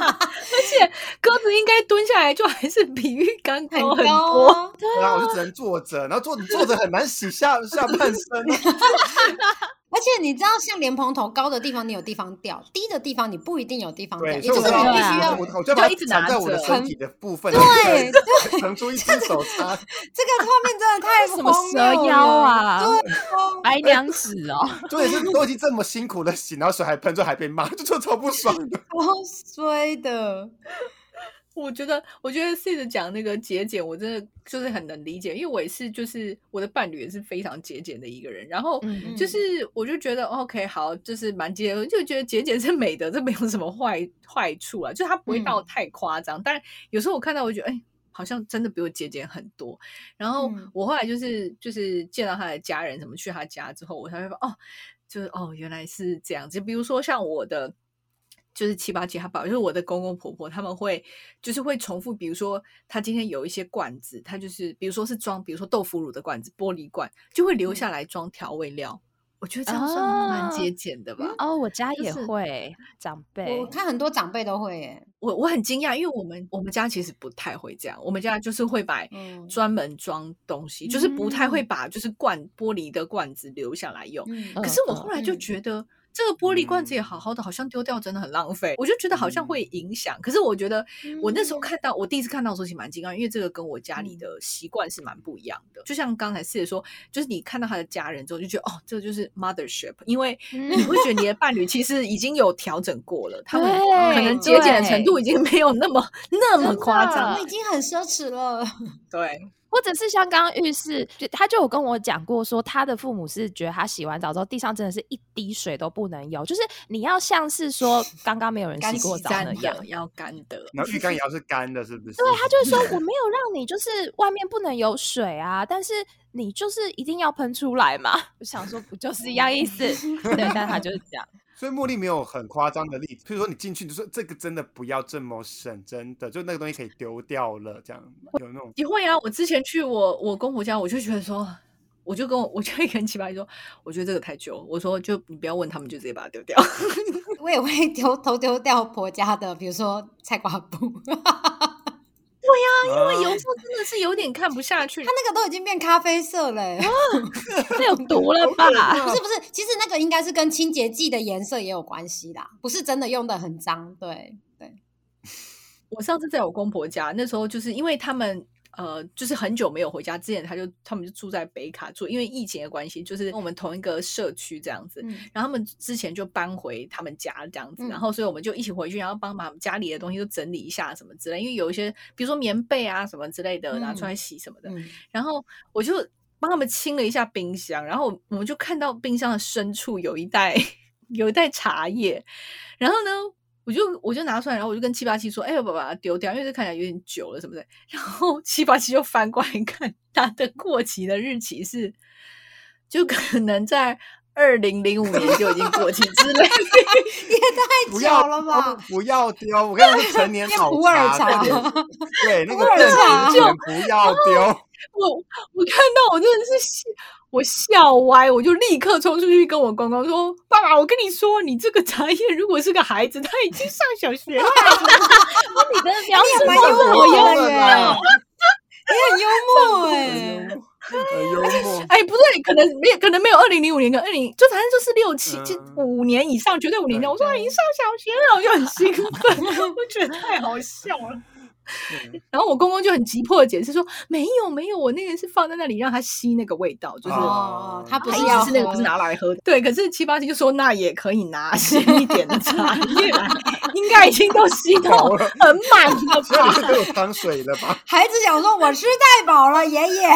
而且鸽子应该蹲下来就还是比浴缸高很多。 啊、 对啊，我就只能坐着，然后坐坐着很难洗下下半身、啊。 而且你知道，像莲蓬头高的地方你有地方掉，低的地方你不一定有地方掉， 对， 也就是你必须要， 我就把它缠在我的身体的部分， 对， 对，腾出一只手插。 这个画面真的太什么蛇腰啊，对，白娘子哦， 对，是都已经这么辛苦的洗，然后水还喷，就还被骂，就就超不爽的， 好衰的。 我觉得，我觉得 Sid 讲那个节俭，我真的就是很能理解，因为我也是，就是我的伴侣也是非常节俭的一个人。然后就是我就觉得、嗯、OK 好，就是蛮节俭，就觉得节俭是美德，这没有什么坏坏处啊，就他不会到太夸张。嗯、但有时候我看到，我觉得哎。好像真的比我节俭很多，然后我后来就是就是见到他的家人，怎么去他家之后，我才会发哦，就是哦原来是这样子。比如说像我的。就是七八七他爸，就是我的公公婆婆，他们会就是会重复，比如说他今天有一些罐子，他就是比如说是装，比如说豆腐乳的罐子，玻璃罐就会留下来装调味料。嗯、我觉得这样算蛮节俭的吧？ 哦，我家也会，就是、长辈， 我看很多长辈都会耶。 我我很惊讶，因为我们我们家其实不太会这样，我们家就是会把专门装东西，嗯、就是不太会把就是罐玻璃的罐子留下来用。嗯、可是我后来就觉得。嗯这个玻璃罐子也好好的，好像丢掉真的很浪费，我就觉得好像会影响。可是我觉得我那时候看到，我第一次看到的时候其实蛮惊讶，因为这个跟我家里的习惯是蛮不一样的。就像刚才四姐说，就是你看到他的家人之后，就觉得哦，这个就是 mothership， 因为你会觉得你的伴侣其实已经有调整过了，他们可能节俭的程度已经没有那么那么夸张， 我已经很奢侈了。 对。 或者是像刚刚浴室，就他就有跟我讲过说，他的父母是觉得他洗完澡之后地上真的是一滴水都不能有，就是你要像是说刚刚没有人洗过澡那样， 要干的， 然后浴缸也要是干的，是不是？ 对，他就说我没有让你就是外面不能有水啊，但是你就是一定要喷出来嘛。我想说不就是一样意思？对，但他就是这样。 所以茉莉没有很夸张的例子，譬如说你进去就说这个真的不要这么省，真的就那个东西可以丢掉了，这样有那种也会啊。我之前去我我公婆家，我就觉得说，我就跟我我就会跟七八说，我觉得这个太旧，我说就你不要问他们，就直接把它丢掉。 我也会丢偷丢掉婆家的，比如说菜瓜布。 对呀、啊，因为有时候真的是有点看不下去， 它那个都已经变咖啡色了、欸， 这有毒了吧？ 不是不是，其实那个应该是跟清洁剂的颜色也有关系啦，不是真的用的很脏。对对， 我上次在我公婆家，那时候就是因为他们。呃，就是很久没有回家之前，他就他们就住在北卡住，因为疫情的关系，就是跟我们同一个社区这样子。嗯、然后他们之前就搬回他们家这样子，嗯、然后所以我们就一起回去，然后帮把家里的东西都整理一下什么之类，因为有一些比如说棉被啊什么之类的拿出来洗什么的。嗯、然后我就帮他们清了一下冰箱，然后我们就看到冰箱的深处有一袋有一袋茶叶，然后呢。我就我就拿出来，然后我就跟七八七说：“哎、欸，我把它丢掉，因为这看起来有点久了什么的。”然后七八七就翻过来看，它的过期的日期是，就可能在二零零五年就已经过期之类， 也太久了吧！ 不要丢，我跟你说，成年好普洱茶， 对，那个正经人不要丢。 我我看到我真的是。我笑歪，我就立刻冲出去跟我公公说：“爸爸，我跟你说，你这个茶叶如果是个孩子，他已经上小学了。” 你的描述蛮幽默的耶，你很幽默哎，很幽默。 哎，不对，可能没有，可能没有二零零五年跟二零，就反正就是六七，就五年以上，绝对五年的。我说他已经上小学了，我就很兴奋，我觉得太好笑了。然后我公公就很急迫的解释说：“没有没有，我那个是放在那里让他吸那个味道，就是哦，他不是要是那个不是拿来喝的。对，可是七八七就说那也可以拿新一点的茶叶来，应该已经都吸到很满了吧？ 所以都有汤水了吧？ 孩子想说我吃太饱了，爷爷。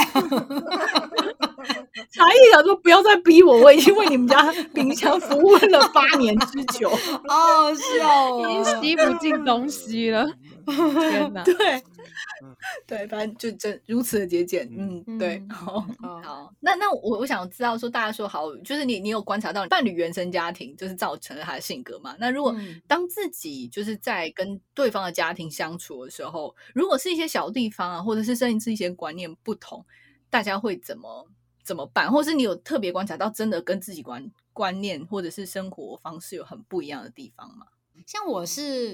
茶叶想说不要再逼我，我已经为你们家冰箱服务了八年之久， 好笑哦， 已经吸不进东西了。”天哪， 对对，反正就真如此的节俭，嗯，嗯对，好，嗯、好，那那我我想知道说，大家说好，就是你你有观察到伴侣原生家庭就是造成了他的性格嘛？那如果当自己就是在跟对方的家庭相处的时候，如果是一些小地方啊，或者是甚至一些观念不同，大家会怎么怎么办？或是你有特别观察到真的跟自己观观念或者是生活方式有很不一样的地方吗？ 像我是。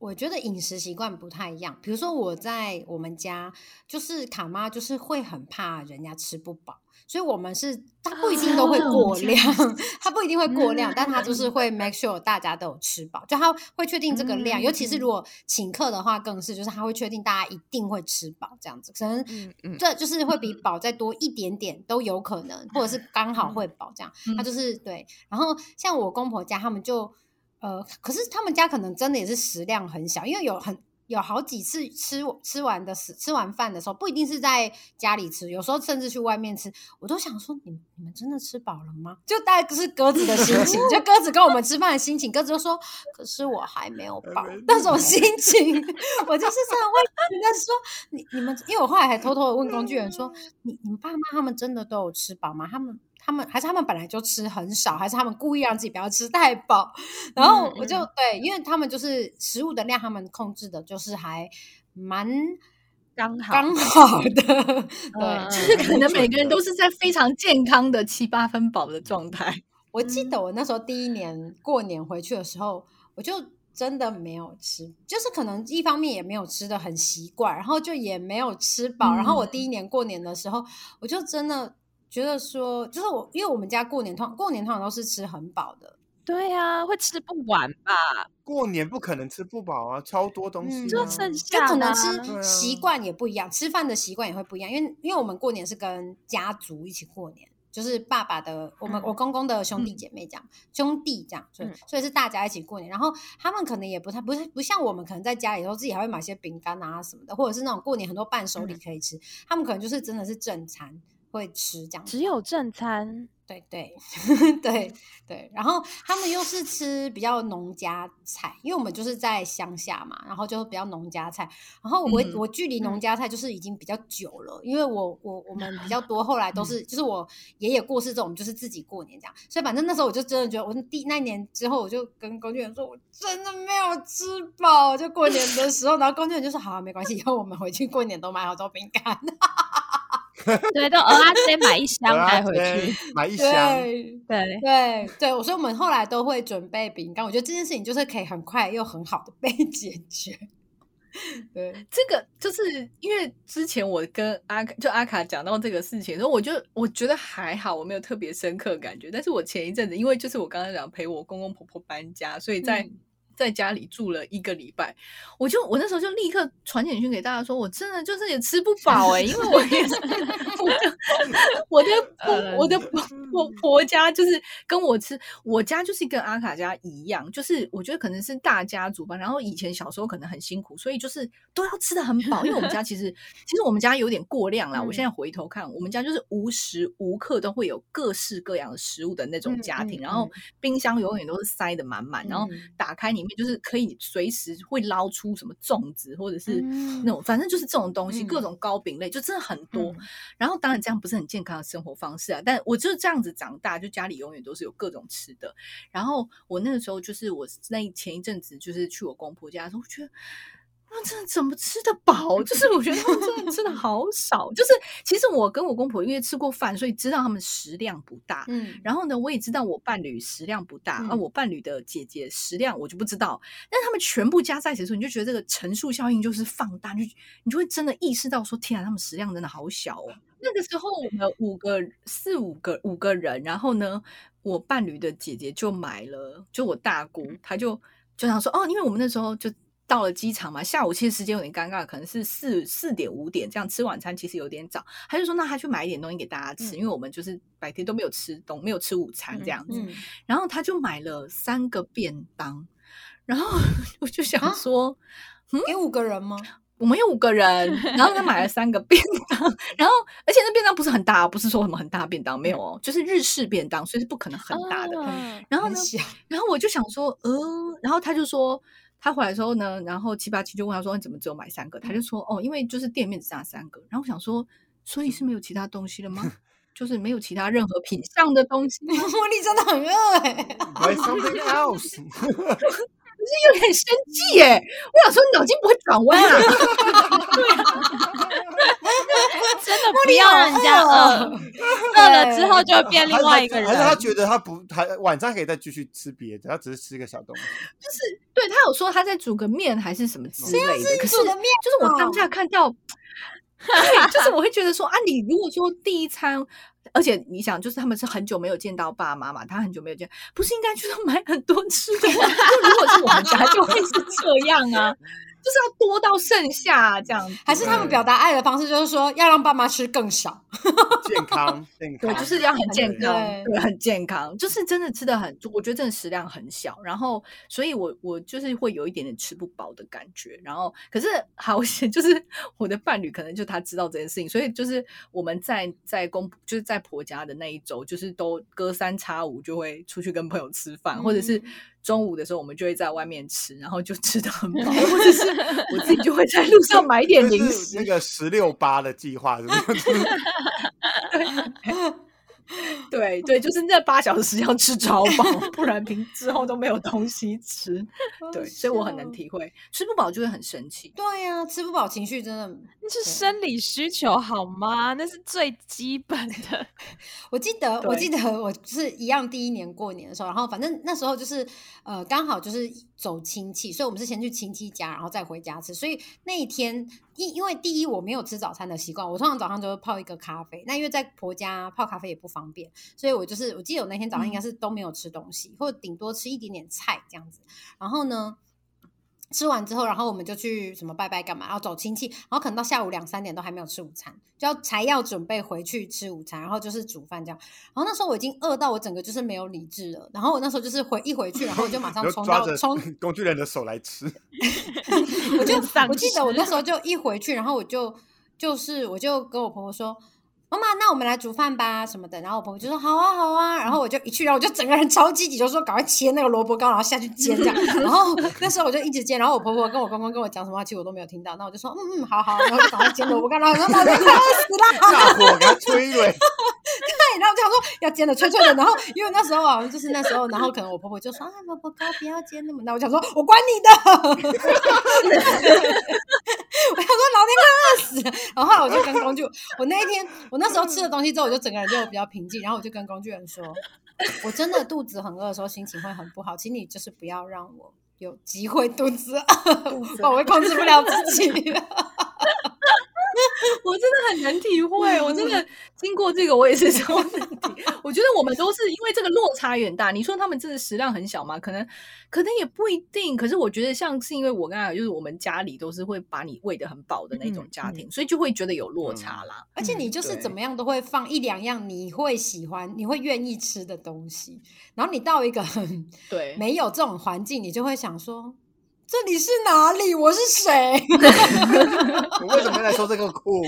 我觉得饮食习惯不太一样。比如说我在我们家，就是卡妈就是会很怕人家吃不饱，所以我们是他不一定都会过量，他不一定会过量，但他就是会 make sure 大家都有吃饱，就他会确定这个量，尤其是如果请客的话更是，就是他会确定大家一定会吃饱这样子，可能这就是会比饱再多一点点都有可能，或者是刚好会饱这样，他就是对。然后像我公婆家他们就呃，可是他们家可能真的也是食量很小，因为有很有好几次吃吃完的吃完饭的时候，不一定是在家里吃，有时候甚至去外面吃，我都想说，你你们真的吃饱了吗？就大概是鸽子的心情，就鸽子跟我们吃饭的心情，鸽子就说，可是我还没有饱那种心情，我就是真的会觉得说，你你们，因为我后来还偷偷的问工具人说，你你们爸妈他们真的都有吃饱吗？他们。他们还是他们本来就吃很少，还是他们故意让自己不要吃太饱？然后我就、嗯、对，因为他们就是食物的量，他们控制的就是还蛮刚好刚好的，对、 嗯，就是可能每个人都是在非常健康的七八分饱的状态。 我记得我那时候第一年过年回去的时候，我就真的没有吃，就是可能一方面也没有吃的很习惯，然后就也没有吃饱、嗯。然后我第一年过年的时候，我就真的。觉得说，就是我，因为我们家过年通过年通常都是吃很饱的， 对啊，会吃不完吧？ 过年不可能吃不饱啊，超多东西、啊， 就剩下就可能吃习惯也不一样，吃饭的习惯也会不一样，因为因为我们过年是跟家族一起过年，就是爸爸的我们、嗯、我公公的兄弟姐妹这样，嗯、兄弟这样，所以、嗯、所以是大家一起过年，然后他们可能也不太不是不像我们可能在家里头自己还会买些饼干啊什么的，或者是那种过年很多伴手礼可以吃，嗯、他们可能就是真的是正餐。会吃这样子， 只有正餐， 对对对对，然后他们又是吃比较农家菜，因为我们就是在乡下嘛，然后就比较农家菜，然后我、嗯、我距离农家菜就是已经比较久了，因为我我我们比较多，后来都是、嗯、就是我爷爷过世这种，就是自己过年这样，所以反正那时候我就真的觉得，我第那年之后，我就跟工具人说，我真的没有吃饱，就过年的时候，然后工具人就说好、啊，没关系，以后我们回去过年都买好多饼干。 对，都蚵仔煎买一箱带回去， 买一箱， 对对对对，所以我们后来都会准备饼干。我觉得这件事情就是可以很快又很好的被解决。对， 这个就是因为之前我跟阿就阿卡讲到这个事情的时候，我就我觉得还好，我没有特别深刻感觉。但是我前一阵子，因为就是我刚刚讲陪我公公婆婆搬家，所以在。嗯在家里住了一个礼拜，我就我那时候就立刻传简讯给大家说，我真的就是也吃不饱哎、欸，因为我也是我的我的我的婆婆家就是跟我吃，我家就是跟阿卡家一样，就是我觉得可能是大家族吧，然后以前小时候可能很辛苦，所以就是都要吃得很饱，因为我们家其实其实我们家有点过量啦、嗯、我现在回头看，我们家就是无时无刻都会有各式各样的食物的那种家庭，嗯嗯嗯、然后冰箱永远都是塞得满满、嗯，然后打开里面就是可以随时会捞出什么粽子或者是那种、嗯、反正就是这种东西、嗯、各种糕饼类就真的很多、嗯、然后当然这样不是很健康的生活方式啊，但我就是这样子长大，就家里永远都是有各种吃的。然后我那个时候就是我那前一阵子就是去我公婆家的时候，我觉得他们真的怎么吃得饱？就是我觉得他们真的吃的好少。就是其实我跟我公婆因为吃过饭，所以知道他们食量不大。嗯，然后呢，我也知道我伴侣食量不大，嗯、啊，我伴侣的姐姐食量我就不知道。但是他们全部加在一起的时候，你就觉得这个乘数效应就是放大，就你就会真的意识到说，天啊，他们食量真的好小哦。那个时候我们五个四五个五个人，然后呢，我伴侣的姐姐就买了，就我大姑，她就就想说，哦，因为我们那时候就。到了机场嘛，下午其实时间有点尴尬，可能是四四点五点这样吃晚餐，其实有点早。他就说那他去买一点东西给大家吃，嗯、因为我们就是白天都没有吃东，没有吃午餐这样子。嗯嗯、然后他就买了三个便当，然后我就想说， 啊、嗯，给五个人吗？ 我们有五个人，然后他买了三个便当，然后而且那便当不是很大，不是说什么很大的便当，没有哦，就是日式便当，所以是不可能很大的。哦、然后呢，然后我就想说，呃，然后他就说。他回来的时候呢，然后七八七就问他说：“你怎么只有买三个？”他就说：“哦，因为就是店面只剩下三个。”然后我想说，所以是没有其他东西了吗？就是没有其他任何品相的东西吗？ 你真的很饿哎 ！Buy something else 可是有点生气耶！我想说，脑筋不会转弯啊！对啊， 真的不要人家饿，饿了之后就会变另外一个人。 还是他觉得他不，他晚上可以再继续吃别的，他只是吃一个小东西。 就是对他有说他在煮个面还是什么之类的，可是煮的面就是我当下看到，对，就是我会觉得说啊，你如果说第一餐，而且你想，就是他们是很久没有见到爸妈嘛，他很久没有见，不是应该就是买很多吃的吗？就如果是我们家，就会是这样啊。就是要多到剩下这样子， 还是他们表达爱的方式就是说要让爸妈吃更少， 健康健康， 对，就是要很健康， 对， 对，很健康，就是真的吃的很，我觉得真的食量很小，然后所以我我就是会有一点点吃不饱的感觉，然后可是好险，就是我的伴侣可能就他知道这件事情，所以就是我们在在公就是在婆家的那一周，就是都隔三差五就会出去跟朋友吃饭，嗯、或者是中午的时候我们就会在外面吃，然后就吃得很饱，或者是我自己就会在路上买一点零食。 那个十六八的计划是不是？ 对对，就是那八小时要吃超饱，不然平之后都没有东西吃。对，所以我很能体会，吃不饱就会很生气。 对呀、啊，吃不饱情绪真的那是生理需求好吗？那是最基本的。 我记得，我记得我就是一样，第一年过年的时候，然后反正那时候就是呃，刚好就是走亲戚，所以我们是先去亲戚家，然后再回家吃。所以那一天，因因为第一我没有吃早餐的习惯，我通常早上就会泡一个咖啡。那因为在婆家泡咖啡也不方便，所以我就是我记得我那天早上应该是都没有吃东西，嗯、或者顶多吃一点点菜这样子。然后呢，吃完之后，然后我们就去什么拜拜干嘛，然后走亲戚，然后可能到下午两三点都还没有吃午餐，就要才要准备回去吃午餐，然后就是煮饭这样。然后那时候我已经饿到我整个就是没有理智了，然后我那时候就是回一回去，然后我就马上冲到冲工具人的手来吃。 我就我记得我那时候就一回去，然后我就就是我就跟我婆婆说。妈妈，那我们来煮饭吧什么的，然后我婆婆就说好啊好啊，然后我就一去，然后我就整个人超积极，就说赶快切那个萝卜糕，然后下去煎这样。然后那时候我就一直煎，然后我婆婆跟我公公跟我讲什么话，其实我都没有听到。那我就说嗯嗯好好，然后就赶快煎萝卜糕，然后我说老娘快饿死了， 大火给它吹了。 对，然后我就想说要煎的脆脆的，然后因为那时候啊，就是那时候，然后可能我婆婆就说啊萝卜糕不要煎那么大，我想说我管你的。我想说老天快饿死了，然后后来我就跟工具，我那一天我那时候吃了东西之后，我就整个人就比较平静，然后我就跟工具人说，我真的肚子很饿的时候心情会很不好，请你就是不要让我有机会肚子饿，我会控制不了自己。 我真的很能体会，我真的经过这个我也是超能体我觉得我们都是因为这个落差远大，你说他们真的食量很小吗？可能可能也不一定，可是我觉得像是因为我刚才就是我们家里都是会把你喂得很饱的那种家庭、嗯嗯、所以就会觉得有落差啦、嗯、 而且你就是怎么样都会放一两样你会喜欢你会愿意吃的东西，然后你到一个很对没有这种环境，你就会想说这里是哪里？我是谁？ 我为什么在说这个苦？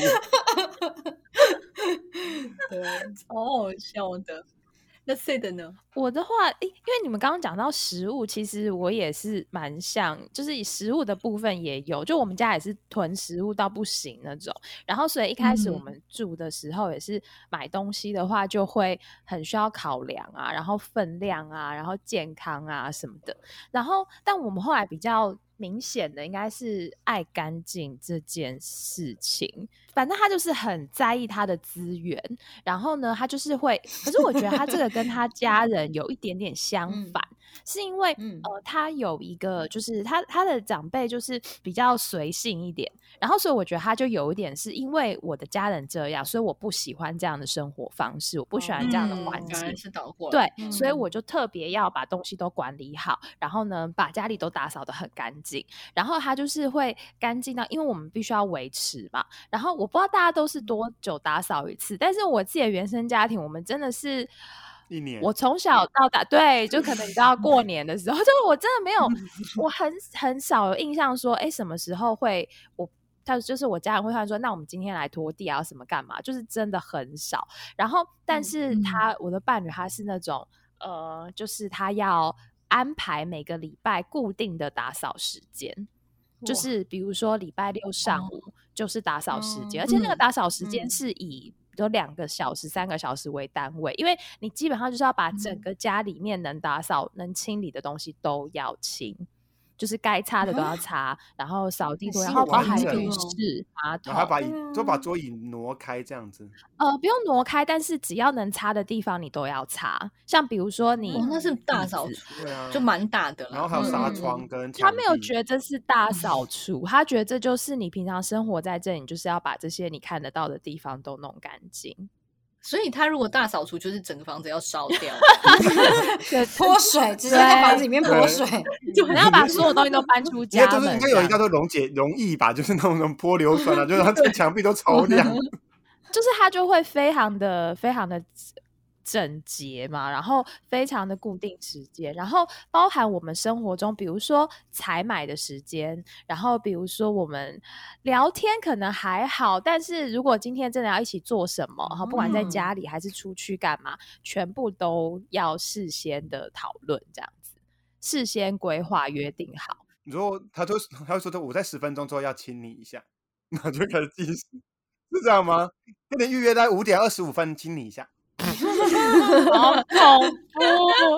对， 超好笑的。那 Sid 呢？ 我的话，因为你们刚刚讲到食物，其实我也是蛮像，就是以食物的部分也有，就我们家也是囤食物到不行那种。然后，所以一开始我们住的时候，也是买东西的话，就会很需要考量啊，然后分量啊，然后健康啊什么的。然后，但我们后来比较明显的应该是爱干净这件事情，反正他就是很在意他的资源，然后呢他就是会，可是我觉得他这个跟他家人有一点点相反、嗯、是因为、嗯、呃他有一个就是他他的长辈就是比较随性一点，然后所以我觉得他就有一点是因为我的家人这样，所以我不喜欢这样的生活方式，我不喜欢这样的环境、 嗯、是倒过来对、 嗯、 所以我就特别要把东西都管理好，然后呢把家里都打扫得很干净，然后他就是会干净到因为我们必须要维持嘛，然后我不知道大家都是多久打扫一次，但是我自己的原生家庭我们真的是一年， 我从小到大对就可能你知道过年的时候就我真的没有我很很少有印象说哎什么时候会我他就是我家人会突然说那我们今天来拖地啊什么干嘛，就是真的很少。然后但是他、嗯、我的伴侣他是那种呃就是他要安排每个礼拜固定的打扫时间，就是比如说礼拜六上午就是打扫时间、嗯、而且那个打扫时间是以有两个小时三个小时为单位，因为你基本上就是要把整个家里面能打扫、嗯、能清理的东西都要清， 就是该擦的都要擦，然后扫地拖，然后很包含细浴致室、马桶， 然后还把椅对啊就把桌椅挪开这样子。 呃，不用挪开，但是只要能擦的地方你都要擦。像比如说你哦，那是大椅子扫除， 对啊， 就蛮大的啦。 然后还有纱嗯窗跟他墙壁没有觉得这是大扫除，他觉得这就是你平常生活在这里，你就是要把这些你看得到的地方都弄干净。 所以他如果大扫除，就是整个房子要烧掉。 泼水，直接在房子里面泼水。 就你要把所有东西都搬出应该家就是门应该有一个这样都溶解溶液吧，就是那种那种泼硫酸啊，就是它这个墙壁都超亮。 就是它就会非常的非常的整洁嘛，然后非常的固定时间，然后包含我们生活中，比如说采买的时间，然后比如说我们聊天可能还好，但是如果今天真的要一起做什么，然后不管在家里还是出去干嘛，全部都要事先的讨论，这样子，事先规划约定好。 你说他就他会说我在十分钟之后要亲你一下，然后就开始计时，是这样吗？跟你预约在五点二十五分亲你一下。 好恐怖！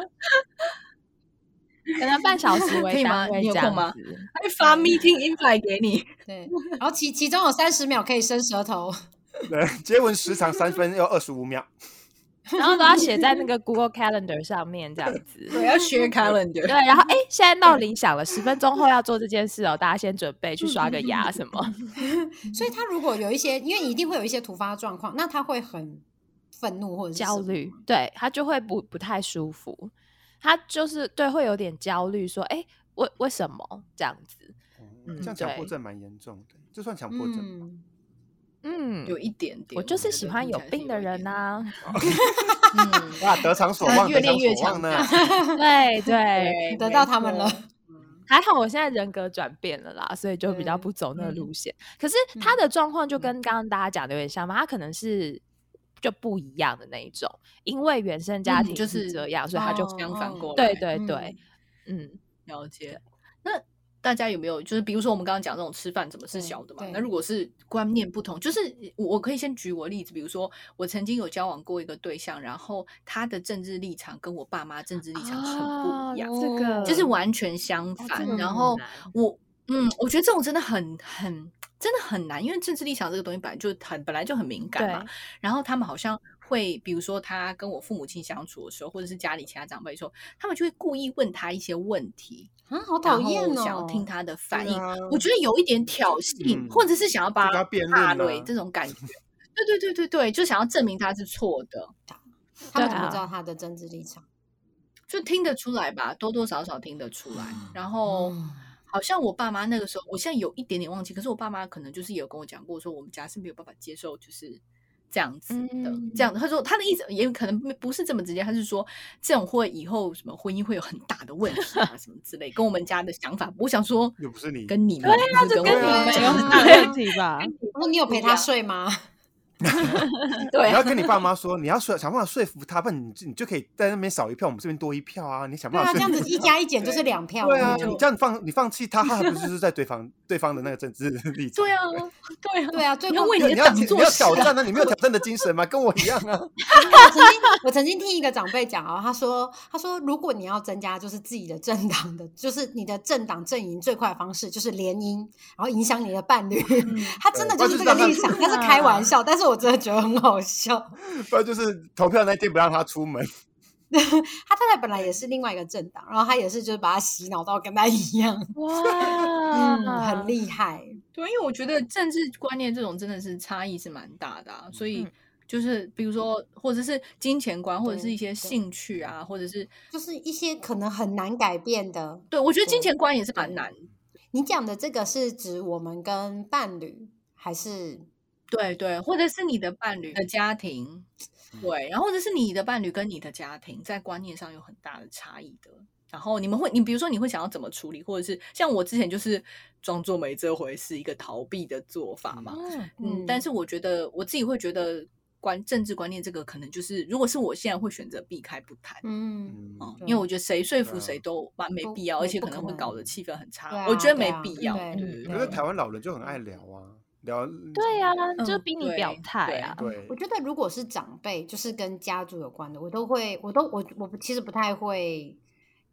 可能半小时为可以吗单位这样你有空吗子。 他会发 meeting invite 给你。 对，然后其其中有三十秒可以伸舌头。 对，接吻时长三分要二十五秒。 然后都要写在那个 Google Calendar 上面，这样子。 对，要 share calendar。 对，然后哎，现在闹铃响了，十分钟后要做这件事哦，大家先准备去刷个牙什么。 所以他如果有一些，因为一定会有一些突发状况，那他会很愤怒或者是焦虑，对他就会不不太舒服，他就是对会有点焦虑，说哎，为为什么这样子？ 嗯，这样强迫症蛮严重的，这算强迫症吗？ 嗯嗯， 有一点点， 我就是喜欢有病的人呐、 啊。嗯， 哇，得偿所望， 越练越得偿所望呢。 对对， 得到他们了。 还好我现在人格转变了啦，所以就比较不走那个路线。嗯、可是他的状况就跟刚刚大家讲的有点像嘛，他可能是就不一样的那一种，因为原生家庭就是这样，嗯、所以他就相反过来。 对对对，嗯， 嗯了解。那大家有没有就是比如说我们刚刚讲这种吃饭怎么是小的嘛？那如果是观念不同，就是我可以先举我例子，比如说我曾经有交往过一个对象，然后他的政治立场跟我爸妈政治立场很不一样， 哦、这个就是完全相反。 哦、 然后我嗯，我觉得这种真的很很真的很难，因为政治立场这个东西本来就很本来就很敏感嘛。然后他们好像会，比如说他跟我父母亲相处的时候，或者是家里其他长辈的时候，他们就会故意问他一些问题啊，好讨厌哦！ 想要听他的反应， 啊、 我觉得有一点挑衅，嗯、或者是想要把他辩论、啊、这种感觉。对对对对对，就想要证明他是错的。 他们怎么知道他的政治立场？ 就听得出来吧，多多少少听得出来。然后。嗯好像我爸妈那个时候，我现在有一点点忘记，可是我爸妈可能就是有跟我讲过，说我们家是没有办法接受就是这样子的，嗯、这样的。他说他的意思也可能不是这么直接，他是说这种会以后什么婚姻会有很大的问题啊什么之类，跟我们家的想法。我想说， 又不是你跟你们， 对啊，这跟你们有很大问题吧？ 那你有陪他睡吗？ 对、啊， 你要跟你爸妈说，你要说想办法说服他，不然你你就可以在那边少一票，我们这边多一票啊！你想办法说服、 啊、这样子一加一减就是两票。 对啊，你这样放你放弃他，他还不是在对方对方的那个政治立场？ 对啊，对啊， 对啊，最后为你的党做你要挑战啊！你没有挑战的精神吗？跟我一样啊！ 我曾经我曾经听一个长辈讲哦，他说他说如果你要增加就是自己的政党的，就是你的政党阵营最快的方式就是联姻，然后影响你的伴侣。嗯、他真的就是这个立场，他是开玩笑，但是我真的觉得很好笑。 不然就是投票那天不让他出门。 他太太本来也是另外一个政党，然后他也是就是把他洗脑到跟他一样。 哇、 嗯，很厉害。 对，因为我觉得政治观念这种真的是差异是蛮大的、啊，所以就是比如说或者是金钱观，或者是一些兴趣啊，或者是就是一些可能很难改变的。 对，我觉得金钱观也是蛮难。 你讲的这个是指我们跟伴侣还是？ 对对，或者是你的伴侣的家庭，对，然后或者是你的伴侣跟你的家庭在观念上有很大的差异的。然后你们会，你比如说你会想要怎么处理，或者是像我之前就是装作没这回事，一个逃避的做法嘛。嗯, 嗯，但是我觉得我自己会觉得观政治观念这个可能就是，如果是我现在会选择避开不谈。嗯, 嗯因为我觉得谁说服谁都蛮没必要，而且可能会搞得气氛很差。啊、我觉得没必要。 对对对， 我觉得台湾老人就很爱聊啊。聊对呀、啊，就逼你表态啊、 嗯对。对， 我觉得如果是长辈，就是跟家族有关的，我都会，我都我我其实不太会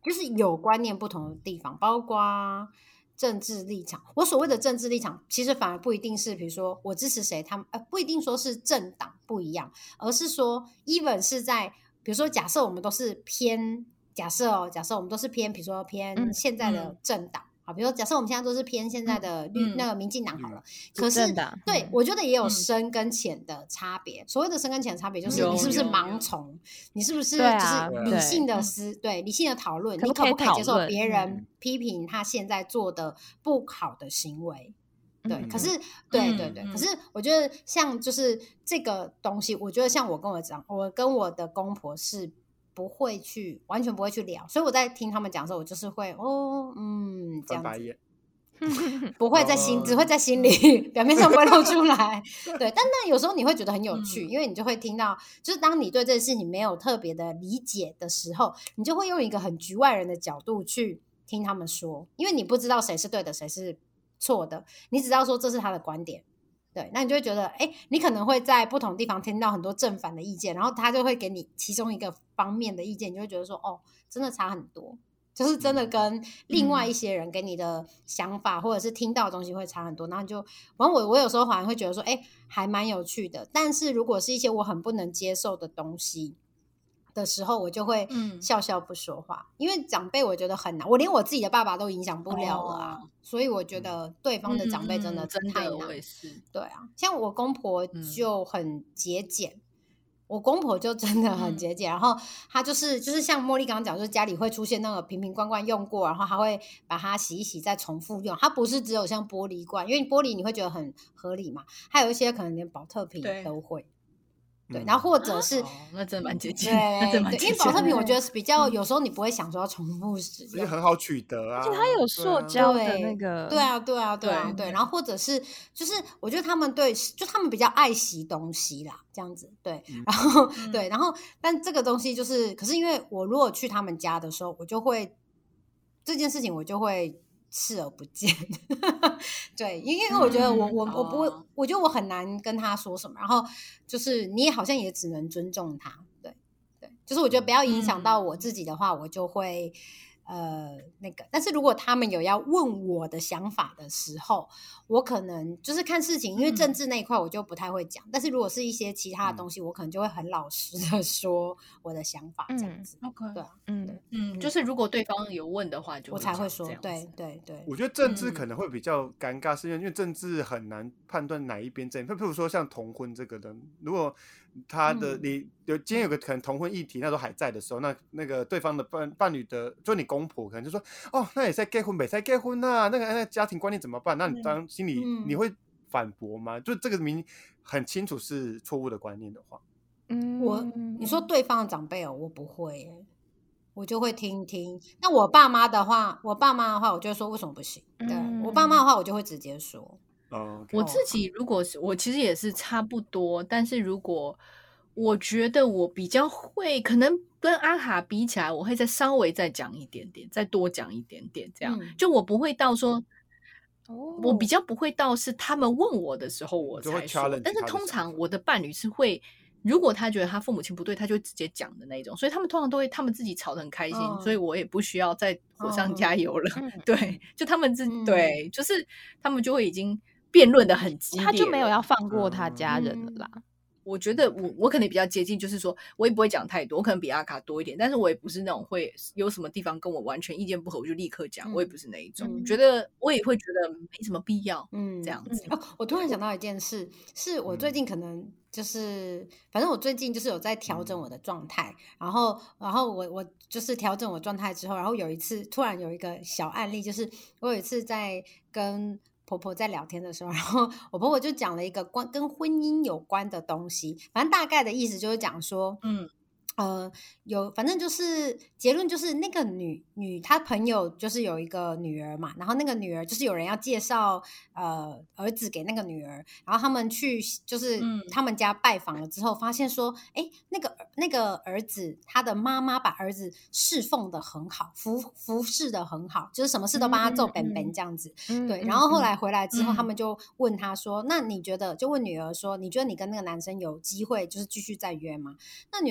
就是有观念不同的地方，包括政治立场。我所谓的政治立场，其实反而不一定是，比如说我支持谁，他们呃不一定说是政党不一样，而是说 even 是在，比如说假设我们都是偏，假设哦，假设我们都是偏，比如说偏现在的政党。嗯嗯好，比如说假设我们现在都是偏现在的绿、嗯、那个民进党好了，嗯、可是对、嗯、我觉得也有深跟浅的差别、嗯、所谓的深跟浅的差别就是你是不是盲从，你是不是就是理性的思 对, 对理性的讨论，你可不可以接受别人批评他现在做的不好的行为、嗯、对、嗯、可是对对对、嗯、可是我觉得像就是这个东西，我觉得像我跟我长我跟我的公婆是不会去完全不会去聊，所以我在听他们讲的时候，我就是会哦嗯这样子，不会在心、哦、只会在心里，表面上不会露出来对，但那有时候你会觉得很有趣、嗯、因为你就会听到，就是当你对这件事情没有特别的理解的时候，你就会用一个很局外人的角度去听他们说，因为你不知道谁是对的谁是错的，你只知道说这是他的观点，对，那你就会觉得哎，你可能会在不同地方听到很多正反的意见，然后他就会给你其中一个方面的意见，你就会觉得说哦，真的差很多，就是真的跟另外一些人给你的想法、嗯、或者是听到的东西会差很多，然后就反正我我有时候反而会觉得说哎，还蛮有趣的，但是如果是一些我很不能接受的东西的时候，我就会笑笑不说话、嗯、因为长辈我觉得很难，我连我自己的爸爸都影响不了了啊、哦、所以我觉得对方的长辈真的太难、嗯嗯、我也是，对啊，像我公婆就很节俭、嗯，我公婆就真的很节俭、嗯、然后他就是就是像茉莉刚刚讲，就是家里会出现那个瓶瓶罐罐用过，然后他会把它洗一洗再重复用，它不是只有像玻璃罐，因为玻璃你会觉得很合理嘛，还有一些可能连保特瓶都会，对，然后或者是、 哦、那真的蛮节俭， 对对，因为保特瓶我觉得是比较、嗯、有时候你不会想说要重复使用， 也很好取得啊， 而且它有塑胶的那个， 对啊对啊对啊 对, 对, 对，然后或者是就是我觉得他们对就他们比较爱惜东西啦，这样子，对，然后、嗯、对，然后但这个东西就是可是因为我如果去他们家的时候，我就会这件事情我就会视而不见对，因为我觉得我、嗯、我我不会、哦、我觉得我很难跟他说什么，然后就是你也好像也只能尊重他，对对，就是我觉得不要影响到我自己的话、嗯、我就会呃那个，但是如果他们有要问我的想法的时候，我可能就是看事情，因为政治那一块我就不太会讲、嗯、但是如果是一些其他的东西、嗯、我可能就会很老实的说我的想法这样子、 嗯、OK 对啊， 嗯嗯，就是如果对方有问的话就会我才会说，对对对， 我觉得政治可能会比较尴尬，是因为因为政治很难判断哪一边正确，譬如说像同婚这个的，如果他的、嗯、你有今天有个可能同婚议题那都还在的时候，那那个对方的伴伴侣的就你公婆可能就说哦，那也在结婚没在结婚啊，那个那个家庭观念怎么办？那你当心里、嗯、你会反驳吗？就这个明很清楚是错误的观念的话， 嗯，我你说对方的长辈哦，我不会耶，我就会听听。那我爸妈的话，我爸妈的话，我就会说为什么不行？对、嗯、我爸妈的话，我就会直接说。 Oh, okay. 我自己如果是我其实也是差不多，但是如果我觉得我比较会，可能跟阿卡比起来，我会再稍微再讲一点点，再多讲一点点，这样、嗯、就我不会到说。Oh. 我比较不会到是他们问我的时候我才说，但是通常我的伴侣是会，如果他觉得他父母亲不对，他就会直接讲的那种，所以他们通常都会他们自己吵得很开心、oh. 所以我也不需要再火上加油了、oh. 对，就他们自、嗯、对，就是他们就会已经辩论的很激烈， 他就没有要放过他家人了啦、嗯， 我觉得我我可能比较接近，就是说我也不会讲太多，我可能比阿卡多一点，但是我也不是那种会有什么地方跟我完全意见不合我就立刻讲、嗯、我也不是那一种、嗯、觉得我也会觉得没什么必要嗯这样子、 嗯哦、我突然想到一件事，是我最近可能就是反正我最近就是有在调整我的状态，然后然后我我就是调整我状态之后，然后有一次突然有一个小案例，就是我有一次在跟婆婆在聊天的时候，然后我婆婆就讲了一个关跟婚姻有关的东西，反正大概的意思就是讲说嗯呃，有反正就是结论就是那个女女她朋友就是有一个女儿嘛，然后那个女儿就是有人要介绍呃儿子给那个女儿，然后他们去就是他们家拜访了之后，发现说哎、嗯、那个那个儿子他的妈妈把儿子侍奉的很好，服服侍的很好，就是什么事都帮他做本本这样子、嗯、对，然后后来回来之后、嗯、他们就问他说那你觉得就问女儿说你觉得你跟那个男生有机会就是继续再约吗？那女儿就说、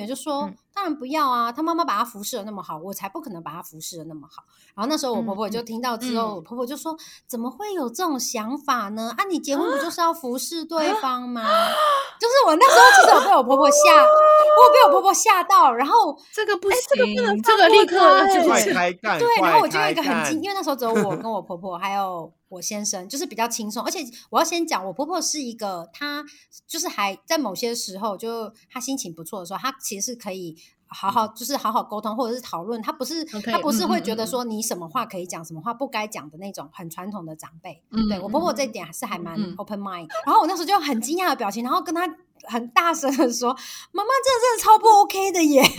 嗯、当然不要啊，他妈妈把他服侍的那么好，我才不可能把他服侍的那么好。然后那时候我婆婆就听到之后、嗯、我婆婆就说怎么会有这种想法呢？啊，你结婚不就是要服侍对方吗？就是我那时候其实我被我婆婆吓我被我婆婆吓到，然后这个不行、欸、 这个不能这个立刻就开干对，然后我就有一个很惊，因为那时候只有我跟我婆婆还有我先生，就是比较轻松。而且我要先讲，我婆婆是一个她就是还在某些时候就她心情不错的时候，她其实是可以好好就是好好沟通或者是讨论，她不是、okay, 她不是会觉得说你什么话可以讲、嗯、什么话不该讲的那种很传统的长辈、嗯、对我婆婆这一点还是还蛮 open mind、嗯、然后我那时候就很惊讶的表情，然后跟她很大声的说妈妈这真的超不 OK 的耶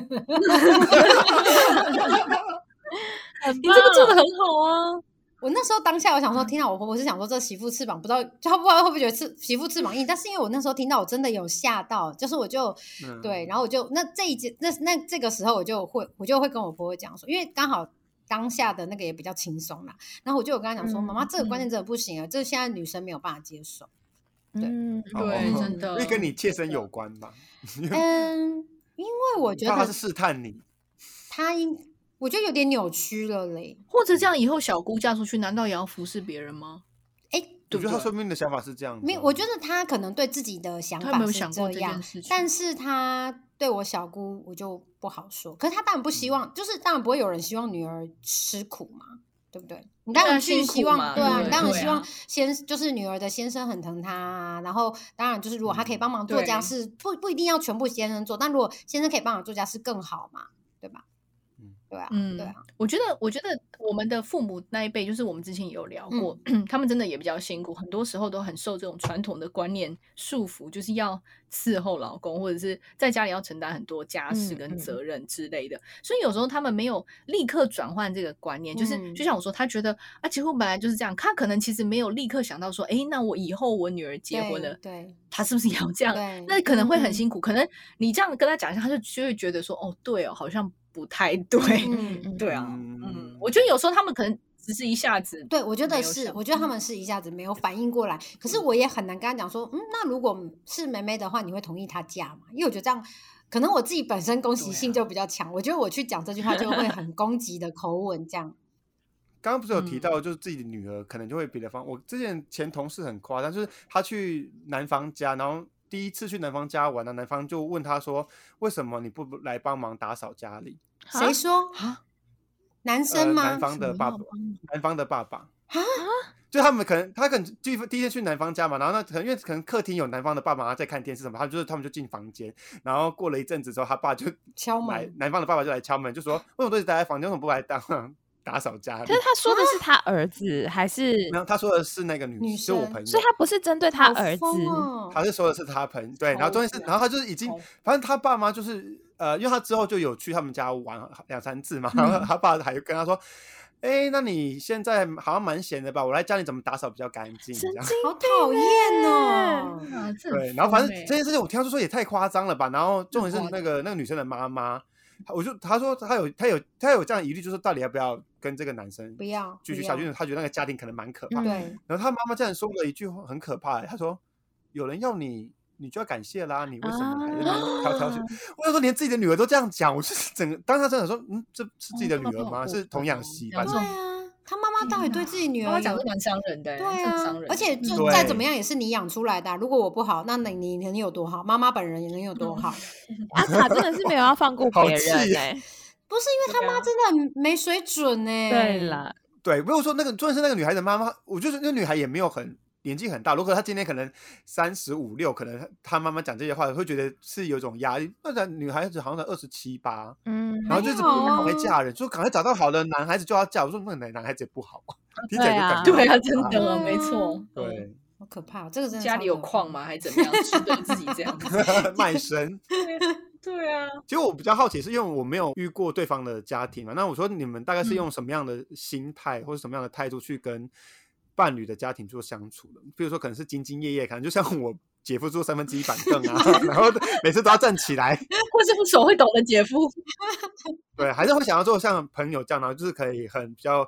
你这个做得很好啊。 我那时候当下我想说听到我婆婆是想说这媳妇翅膀不知道她不知道会不会觉得是媳妇翅膀硬，但是因为我那时候听到我真的有吓到，就是我就、嗯、对，然后我就那这一节那那这个时候我就会我就会跟我婆婆讲说，因为刚好当下的那个也比较轻松啦，然后我就有跟她讲说妈妈、嗯、这个观念真的不行啊、嗯、这现在女生没有办法接受。对、 嗯、对、哦、真的因为跟你切身有关吧。 嗯，因为我觉得他是试探你， 他应我觉得有点扭曲了嘞。 或者这样以后小姑嫁出去难道也要服侍别人吗？ 哎， 我觉得他说明的想法是这样子。 没有，我觉得他可能对自己的想法是这样， 这但是他对我小姑我就不好说。可是他当然不希望、嗯、就是当然不会有人希望女儿吃苦嘛，对不对？你当然是希望，对啊，你当然希望先、啊、就是女儿的先生很疼她啊，然后当然就是如果他可以帮忙做家事，不不一定要全部先生做，但如果先生可以帮忙做家事更好嘛，对吧？对啊，嗯，对啊， 我觉得，我觉得我们的父母那一辈，就是我们之前有聊过、嗯，他们真的也比较辛苦，很多时候都很受这种传统的观念束缚，就是要伺候老公，或者是在家里要承担很多家事跟责任之类的，嗯嗯、所以有时候他们没有立刻转换这个观念，就是、嗯、就像我说，他觉得啊，结婚本来就是这样，他可能其实没有立刻想到说，哎，那我以后我女儿结婚了， 对，对他是不是也要这样？那可能会很辛苦，嗯、可能你这样跟他讲一下，他就就会觉得说，哦，对哦，好像不太对，嗯，对啊，嗯，我觉得有时候他们可能只是一下子， 对，我觉得是，我觉得他们是一下子没有反应过来，可是我也很难跟他讲说，嗯，那如果是妹妹的话，你会同意她嫁吗？因为我觉得这样，可能我自己本身攻击性就比较强，啊、我觉得我去讲这句话就会很攻击的口吻，这样。 刚刚不是有提到，就是自己的女儿可能就会别的方，我之前前同事很夸张，就是他去男方家，然后第一次去男方家玩，男方就问他说：“为什么你不来帮忙打扫家里？” 谁说？男生吗？ 呃、男方的爸爸，男方的爸爸啊，就他们可能他可能第一天去男方家嘛，然后那可能因为可能客厅有男方的爸爸在看电视什么，他就是他们就进房间，然后过了一阵子之后，他爸就敲门， 男方的爸爸就来敲门，就说：“为什么都是待在房间，为什么不来当打扫家里？” 可是他说的是他儿子、啊、还是？ 没有，他说的是那个女女生，就我朋友， 所以他不是针对他儿子， 哦、 他是说的是他朋友，对，然后中间是，然后他就是已经，反正他爸妈就是呃，因为他之后就有去他们家玩两三次嘛，然后他爸还跟他说。哎，那你现在好像蛮闲的吧？我来教你怎么打扫比较干净。 这样好讨厌哦！ 啊、 对，然后反正这件事情我听他说也太夸张了吧。然后重点是那个那个女生的妈妈，我就他说他有他有他有这样疑虑，就是到底要不要跟这个男生不要继续下去？因为他觉得那个家庭可能蛮可怕的。 对。 然后他妈妈竟然说了一句很可怕的，他说：“有人要你。”你就要感谢啦，你为什么还在那边挑挑选？我有时候连自己的女儿都这样讲，我就是整个当时真的说，嗯，这是自己的女儿吗？是童养媳吧？ 对啊，他妈妈到底对自己女儿讲的蛮伤人的， 对啊，而且就再怎么样也是你养出来的、啊，如果我不好，那你能有多好？妈妈本人也能有多好？ 阿卡真的是没有要放过别人哎、欸， 不是因为他妈真的没水准哎、 欸，对啦， 对，不用说那个，真的是那个女孩的妈妈，我觉得那女孩也没有很。年纪很大，如果他今天可能三十五六，可能他妈妈讲这些话，会觉得是有一种压力。那女孩子好像才二十七八，嗯，然后就是不赶快嫁人，说赶快找到好的男孩子就要嫁。我说那个男孩子也不好，听起来就感觉对啊，真的、啊，没错， 对， 好可怕，这个真的家里有矿吗？还是怎么样？值得自己这样子卖身？ 对啊， 其实我比较好奇，是因为我没有遇过对方的家庭嘛。那我说你们大概是用什么样的心态、嗯、或者什么样的态度去跟伴侣的家庭做相处的？比如说可能是兢兢业业，可能就像我姐夫坐三分之一板凳啊，然后每次都要站起来， 或是手会抖的姐夫， 对，还是会想要做像朋友这样，然后就是可以很比较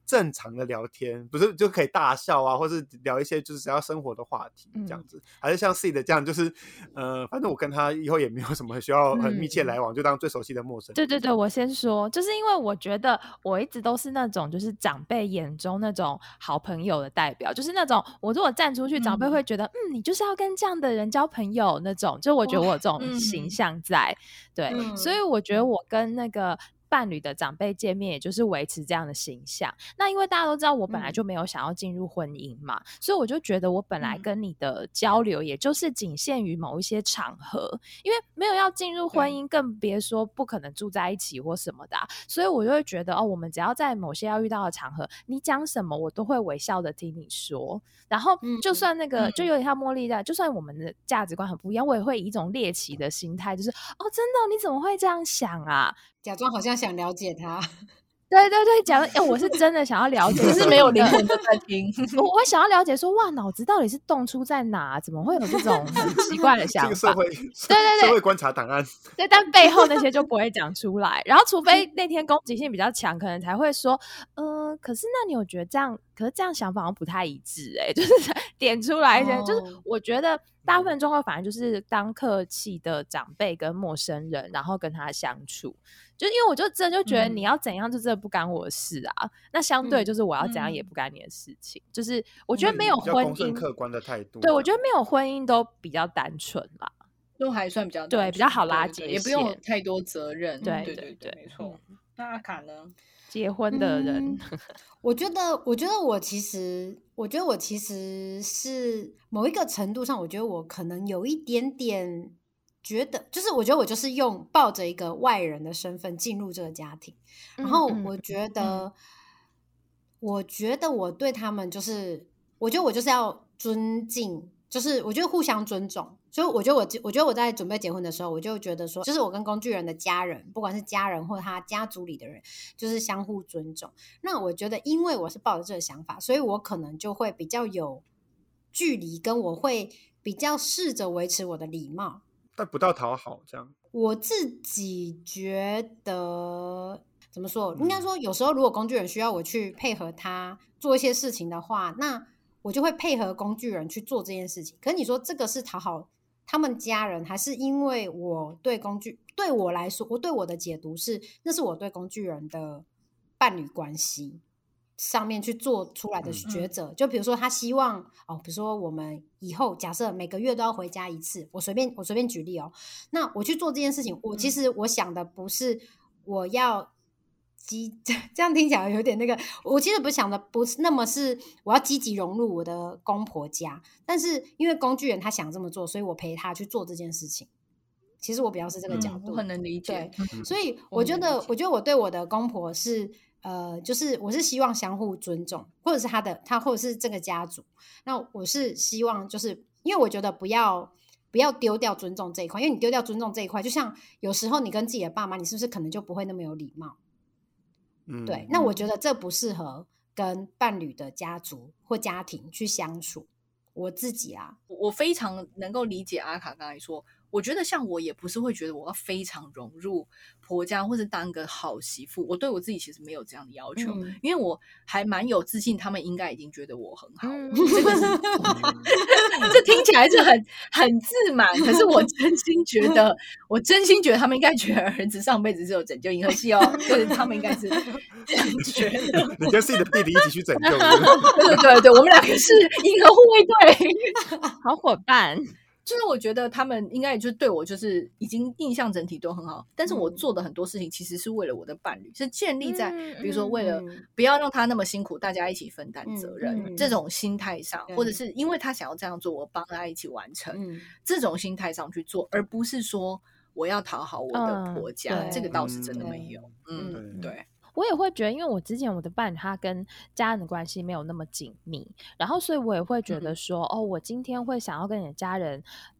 正常的聊天，不是就可以大笑啊，或是聊一些就是只要生活的话题这样子，嗯、还是像 C 的这样，就是呃，反正我跟他以后也没有什么需要很密切来往，嗯、就当最熟悉的陌生人。 对对对，我先说，就是因为我觉得我一直都是那种就是长辈眼中那种好朋友的代表，就是那种我如果站出去，长辈会觉得 嗯, 嗯，你就是要跟这样的人交朋友那种，就我觉得我有这种形象在，嗯、对、嗯，所以我觉得我跟那个伴侣的长辈见面，也就是维持这样的形象。那因为大家都知道我本来就没有想要进入婚姻嘛、嗯、所以我就觉得我本来跟你的交流也就是仅限于某一些场合，因为没有要进入婚姻，更别说不可能住在一起或什么的、啊、所以我就会觉得哦，我们只要在某些要遇到的场合，你讲什么我都会微笑的听你说，然后就算那个、嗯、就有点像茉莉的，就算我们的价值观很不一样，我也会以一种猎奇的心态，就是哦真的你怎么会这样想啊， 假装好像想了解他。 对对对，假如、欸、我是真的想要了解， 可是没有灵魂的在听。 我我想要了解说，哇，脑子到底是动出在哪？怎么会有这种很奇怪的想法？ 这个社会， 对对对， 社会观察档案。 对，但背后那些就不会讲出来。然后，除非那天攻击性比较强，可能才会说，嗯、呃，可是那你有觉得这样？可是这样想法好像不太一致、欸，哎，就是点出来一些，哦、就是我觉得大部分状况反正就是当客气的长辈跟陌生人，然后跟他相处。就因为我就真的就觉得你要怎样就真的不干我的事啊、嗯、那相对就是我要怎样也不干你的事情、嗯、就是我觉得没有婚姻、 比较公正客观的态度、啊、 对，我觉得没有婚姻都比较单纯啦， 都还算比较单对，比较好拉界限， 也不用有太多责任， 对对对对，没错、嗯、那阿卡呢？ 结婚的人、嗯、 我觉得我觉得我其实我觉得我其实是某一个程度上，我觉得我可能有一点点觉得，就是我觉得我就是用抱着一个外人的身份进入这个家庭，然后我觉得、嗯嗯、我觉得我对他们就是我觉得我就是要尊敬，就是我觉得互相尊重，所以我觉得我我觉得我在准备结婚的时候，我就觉得说，就是我跟工具人的家人，不管是家人或他家族里的人，就是相互尊重。那我觉得因为我是抱着这个想法，所以我可能就会比较有距离，跟我会比较试着维持我的礼貌， 但不到讨好这样。 我自己觉得怎么说，应该说有时候如果工具人需要我去配合他做一些事情的话，那我就会配合工具人去做这件事情。可是你说这个是讨好他们家人，还是因为我对工具，对我来说，我对我的解读是那是我对工具人的伴侣关系上面去做出来的抉择、嗯、就比如说他希望哦，比如说我们以后假设每个月都要回家一次，我随便我随便举例哦，那我去做这件事情，我其实我想的不是我要积，这样听起来有点那个，我其实不想的不是那么是我要积极融入我的公婆家，但是因为工具人他想这么做，所以我陪他去做这件事情。其实我比较是这个角度、 嗯、我很能理解， 对，所以我觉得我觉得我对我的公婆是呃，就是我是希望相互尊重，或者是他的他或者是这个家族，那我是希望就是因为我觉得不要不要丢掉尊重这一块，因为你丢掉尊重这一块，就像有时候你跟自己的爸妈，你是不是可能就不会那么有礼貌？嗯，对，那我觉得这不适合跟伴侣的家族或家庭去相处。我自己啊， 我非常能够理解阿卡刚才说，我觉得像我也不是会觉得我要非常融入婆家或是当个好媳妇，我对我自己其实没有这样的要求、嗯、因为我还蛮有自信，他们应该已经觉得我很好、嗯、这个是这听起来是很很自满，可是我真心觉得我真心觉得他们应该觉得儿子上辈子是有拯救银河系哦，就是他们应该是这样觉得。 你跟自己的弟弟一起去拯救对对对，我们两个是银河护卫队好伙伴。 就是我觉得他们应该也就对我就是已经印象整体都很好，但是我做的很多事情其实是为了我的伴侣，是建立在、嗯、比如说为了不要让他那么辛苦，大家一起分担责任、嗯、这种心态上、嗯、或者是因为他想要这样做，我帮他一起完成、嗯、这种心态上去做，而不是说我要讨好我的婆家、嗯、这个倒是真的没有。嗯，嗯对。 我也会觉得，因为我之前我的伴侣他跟家人的关系没有那么紧密，然后所以我也会觉得说、嗯、哦，我今天会想要跟你的家人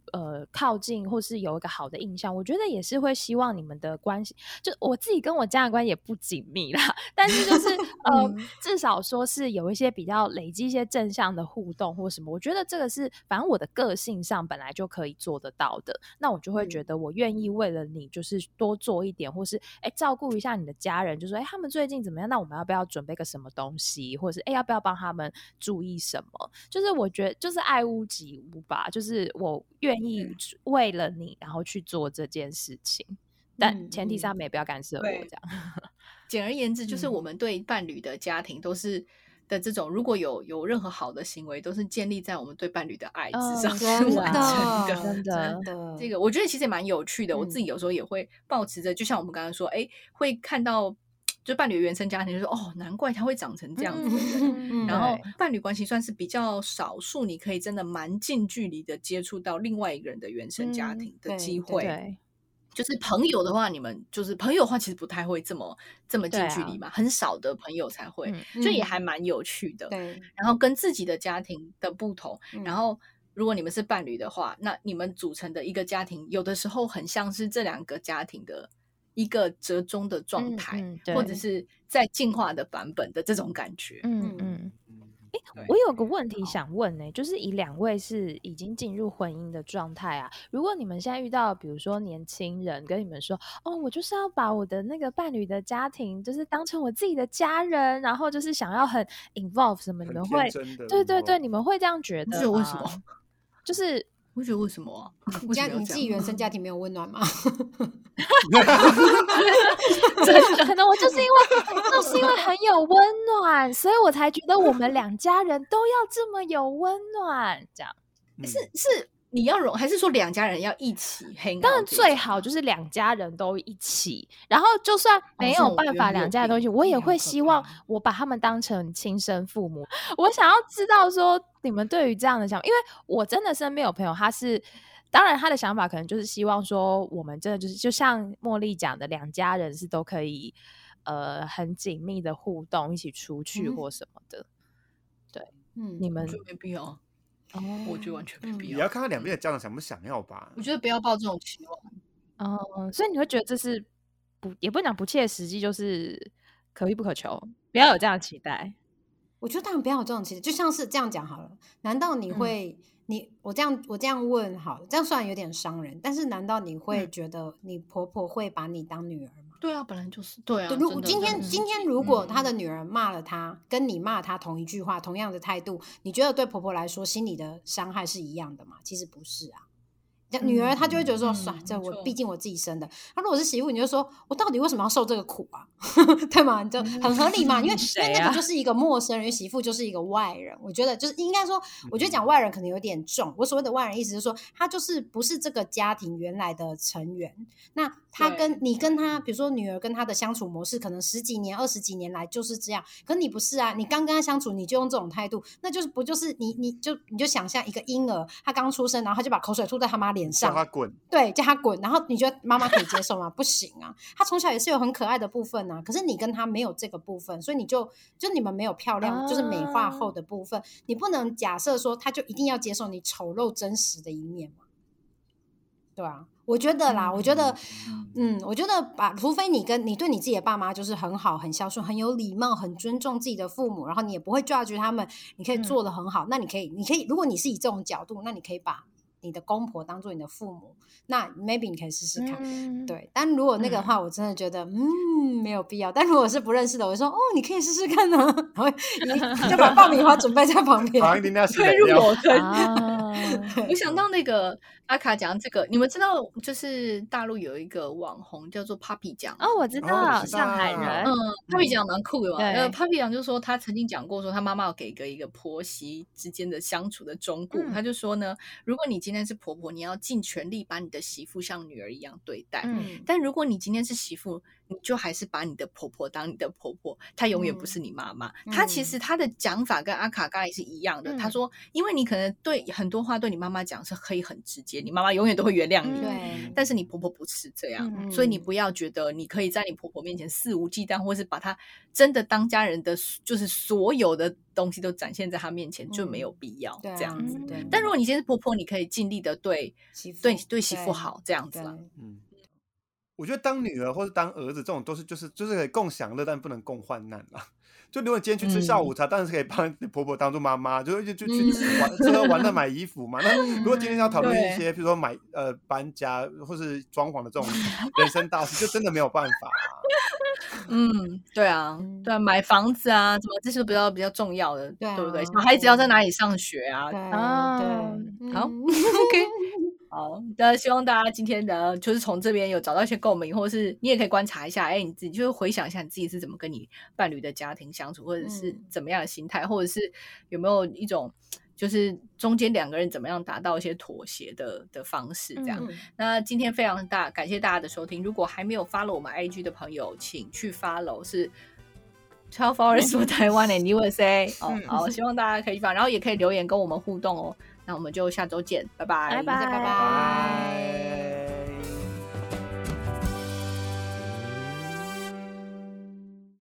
呃靠近或是有一个好的印象，我觉得也是会希望你们的关系，就我自己跟我家人关系也不紧密啦，但是就是呃、嗯、至少说是有一些比较累积一些正向的互动或什么，我觉得这个是反正我的个性上本来就可以做得到的，那我就会觉得我愿意为了你就是多做一点，或是哎照顾一下你的家人，就说哎他们最近怎么样，那我们要不要准备个什么东西，或者是哎要不要帮他们注意什么，就是我觉得就是爱屋及乌吧，就是我愿意为了你然后去做这件事情，但前提上面也不要干涉我这样。 简而言之就是我们对伴侣的家庭都是的这种，如果有有任何好的行为都是建立在我们对伴侣的爱之上去完成的， 真的真的这个我觉得其实也蛮有趣的、嗯、我自己有时候也会抱持着就像我们刚刚说哎，会看到就伴侣的原生家庭就说哦，难怪他会长成这样子的人、嗯、然后伴侣关系算是比较少数你可以真的蛮近距离的接触到另外一个人的原生家庭的机会、嗯、对, 对就是朋友的话你们就是朋友的话其实不太会这么这么近距离嘛、啊、很少的朋友才会、嗯、就也还蛮有趣的、 嗯、 然后跟自己的家庭的不同、嗯、然后如果你们是伴侣的话那你们组成的一个家庭有的时候很像是这两个家庭的一个折中的状态、嗯嗯、或者是在进化的版本的这种感觉。 嗯嗯欸、我有个问题想问呢、欸，就是以两位是已经进入婚姻的状态啊，如果你们现在遇到比如说年轻人跟你们说哦，我就是要把我的那个伴侣的家庭就是当成我自己的家人，然后就是想要很 involve 什么，你们会对对对，你们会这样觉得吗？ 为什么？ 就是我觉得为什么啊？ 你家你自己原生家庭没有温暖吗？ 可能我就是因为就是因为很有温暖，所以我才觉得我们两家人都要这么有温暖，这样、 嗯、是是你要融，还是说两家人要一起 hang out？ 当然最好就是两家人都一起，然后就算没有办法两家人都一起、哦、我也会希望我把他们当成亲生父母。我想要知道说你们对于这样的想法，因为我真的身边有朋友他是当然他的想法可能就是希望说我们真的就是就像茉莉讲的两家人是都可以呃很紧密的互动一起出去或什么的、嗯、对、嗯、你们我觉得没必要、哦、我觉得完全没必要、 嗯、你要看看两边的家长想不想要吧， 我觉得不要抱这种期望、哦、所以你会觉得这是不也不能讲不切实际，就是可遇不可求，不要有这样的期待。 我觉得当然不要有这种期待，就像是这样讲好了，难道你会、嗯、你我这样我这样问好了，这样虽然有点伤人，但是难道你会觉得你婆婆会把你当女儿吗？ 对啊，本来就是对啊。对， 如果今天今天如果她的女儿骂了她、嗯、跟你骂她同一句话同样的态度，你觉得对婆婆来说心理的伤害是一样的吗？其实不是啊，女儿她就会觉得说、嗯、算这我毕竟我自己生的，她如果是媳妇你就说我到底为什么要受这个苦啊对吗？你就很合理嘛、嗯、因为、啊、因为那个就是一个陌生人，媳妇就是一个外人，我觉得就是应该说我觉得讲外人可能有点重，我所谓的外人意思是说他就是不是这个家庭原来的成员，那他跟你跟他比如说女儿跟他的相处模式可能十几年二十几年来就是这样，可你不是啊，你刚跟他相处你就用这种态度，那就是不就是你你就你就想象一个婴儿他刚出生然后他就把口水吐在他妈脸上， 叫他滚， 对，叫他滚，然后你觉得妈妈可以接受吗？不行啊，他从小也是有很可爱的部分啊，可是你跟他没有这个部分，所以你就就你们没有漂亮、啊、就是美化后的部分，你不能假设说他就一定要接受你丑陋真实的一面嘛，对啊，我觉得啦、嗯、我觉得嗯，我觉得把除非你跟你对你自己的爸妈就是很好很孝顺很有礼貌很尊重自己的父母，然后你也不会 judge 他们，你可以做得很好、嗯、那你可以你可以如果你是以这种角度，那你可以把你的公婆当做你的父母，那 maybe 你可以试试看、嗯、对，但如果那个的话、嗯、我真的觉得嗯没有必要，但如果是不认识的我就说哦你可以试试看啊，然后你就把爆米花准备在旁边推入我坑、啊、我想到那个阿卡讲这个，你们知道就是大陆有一个网红叫做 Papi 酱哦，我知道、哦、上海人， 嗯 Papi 酱蛮酷的嘛，呃 Papi 酱就说他曾经讲过说他妈妈有给个一个婆媳之间的相处的忠告、嗯、他就说呢，如果你今天是婆婆，你要尽全力把你的媳妇像女儿一样对待、嗯、但如果你今天是媳妇， 你就还是把你的婆婆当你的婆婆，她永远不是你妈妈。 嗯、 她其实她的讲法跟阿卡刚才是一样的， 嗯、 她说因为你可能对很多话对你妈妈讲是可以很直接，你妈妈永远都会原谅你、 嗯、 但是你婆婆不是这样、 嗯、 所以你不要觉得你可以在你婆婆面前肆无忌惮，或是把她真的当家人的就是所有的东西都展现在她面前、嗯、就没有必要这样子、 嗯、 但如果你今天是婆婆，你可以尽力的对媳妇对对媳妇好这样子啦。 嗯，我觉得当女儿或是当儿子这种都是就是就是可以共享乐，但不能共患难啦。就如果你今天去吃下午茶，嗯、当然是可以帮你婆婆当做妈妈，就就就去吃玩、嗯、吃喝玩乐买衣服嘛。那如果今天要讨论一些，比如说买呃搬家或是装潢的这种人生大事，就真的没有办法、啊。 嗯，对啊，对啊，买房子啊，什么这些比较比较重要的，对、啊、对不对？小孩子要在哪里上学啊？ 对啊， 对， 好 ，OK。好，那希望大家今天的就是从这边有找到一些共鸣，或者是你也可以观察一下，哎，你自己就是回想一下你自己是怎么跟你伴侣的家庭相处，或者是怎么样的心态，嗯、或者是有没有一种就是中间两个人怎么样达到一些妥协的的方式，这样。嗯、那今天非常大，感谢大家的收听。如果还没有 follow 我们 I G 的朋友，请去 follow 是twelve hours for Taiwan and U S A 哦，好，希望大家可以去 follow，然后也可以留言跟我们互动哦。那我们就下周见，拜拜， 拜拜， 拜拜。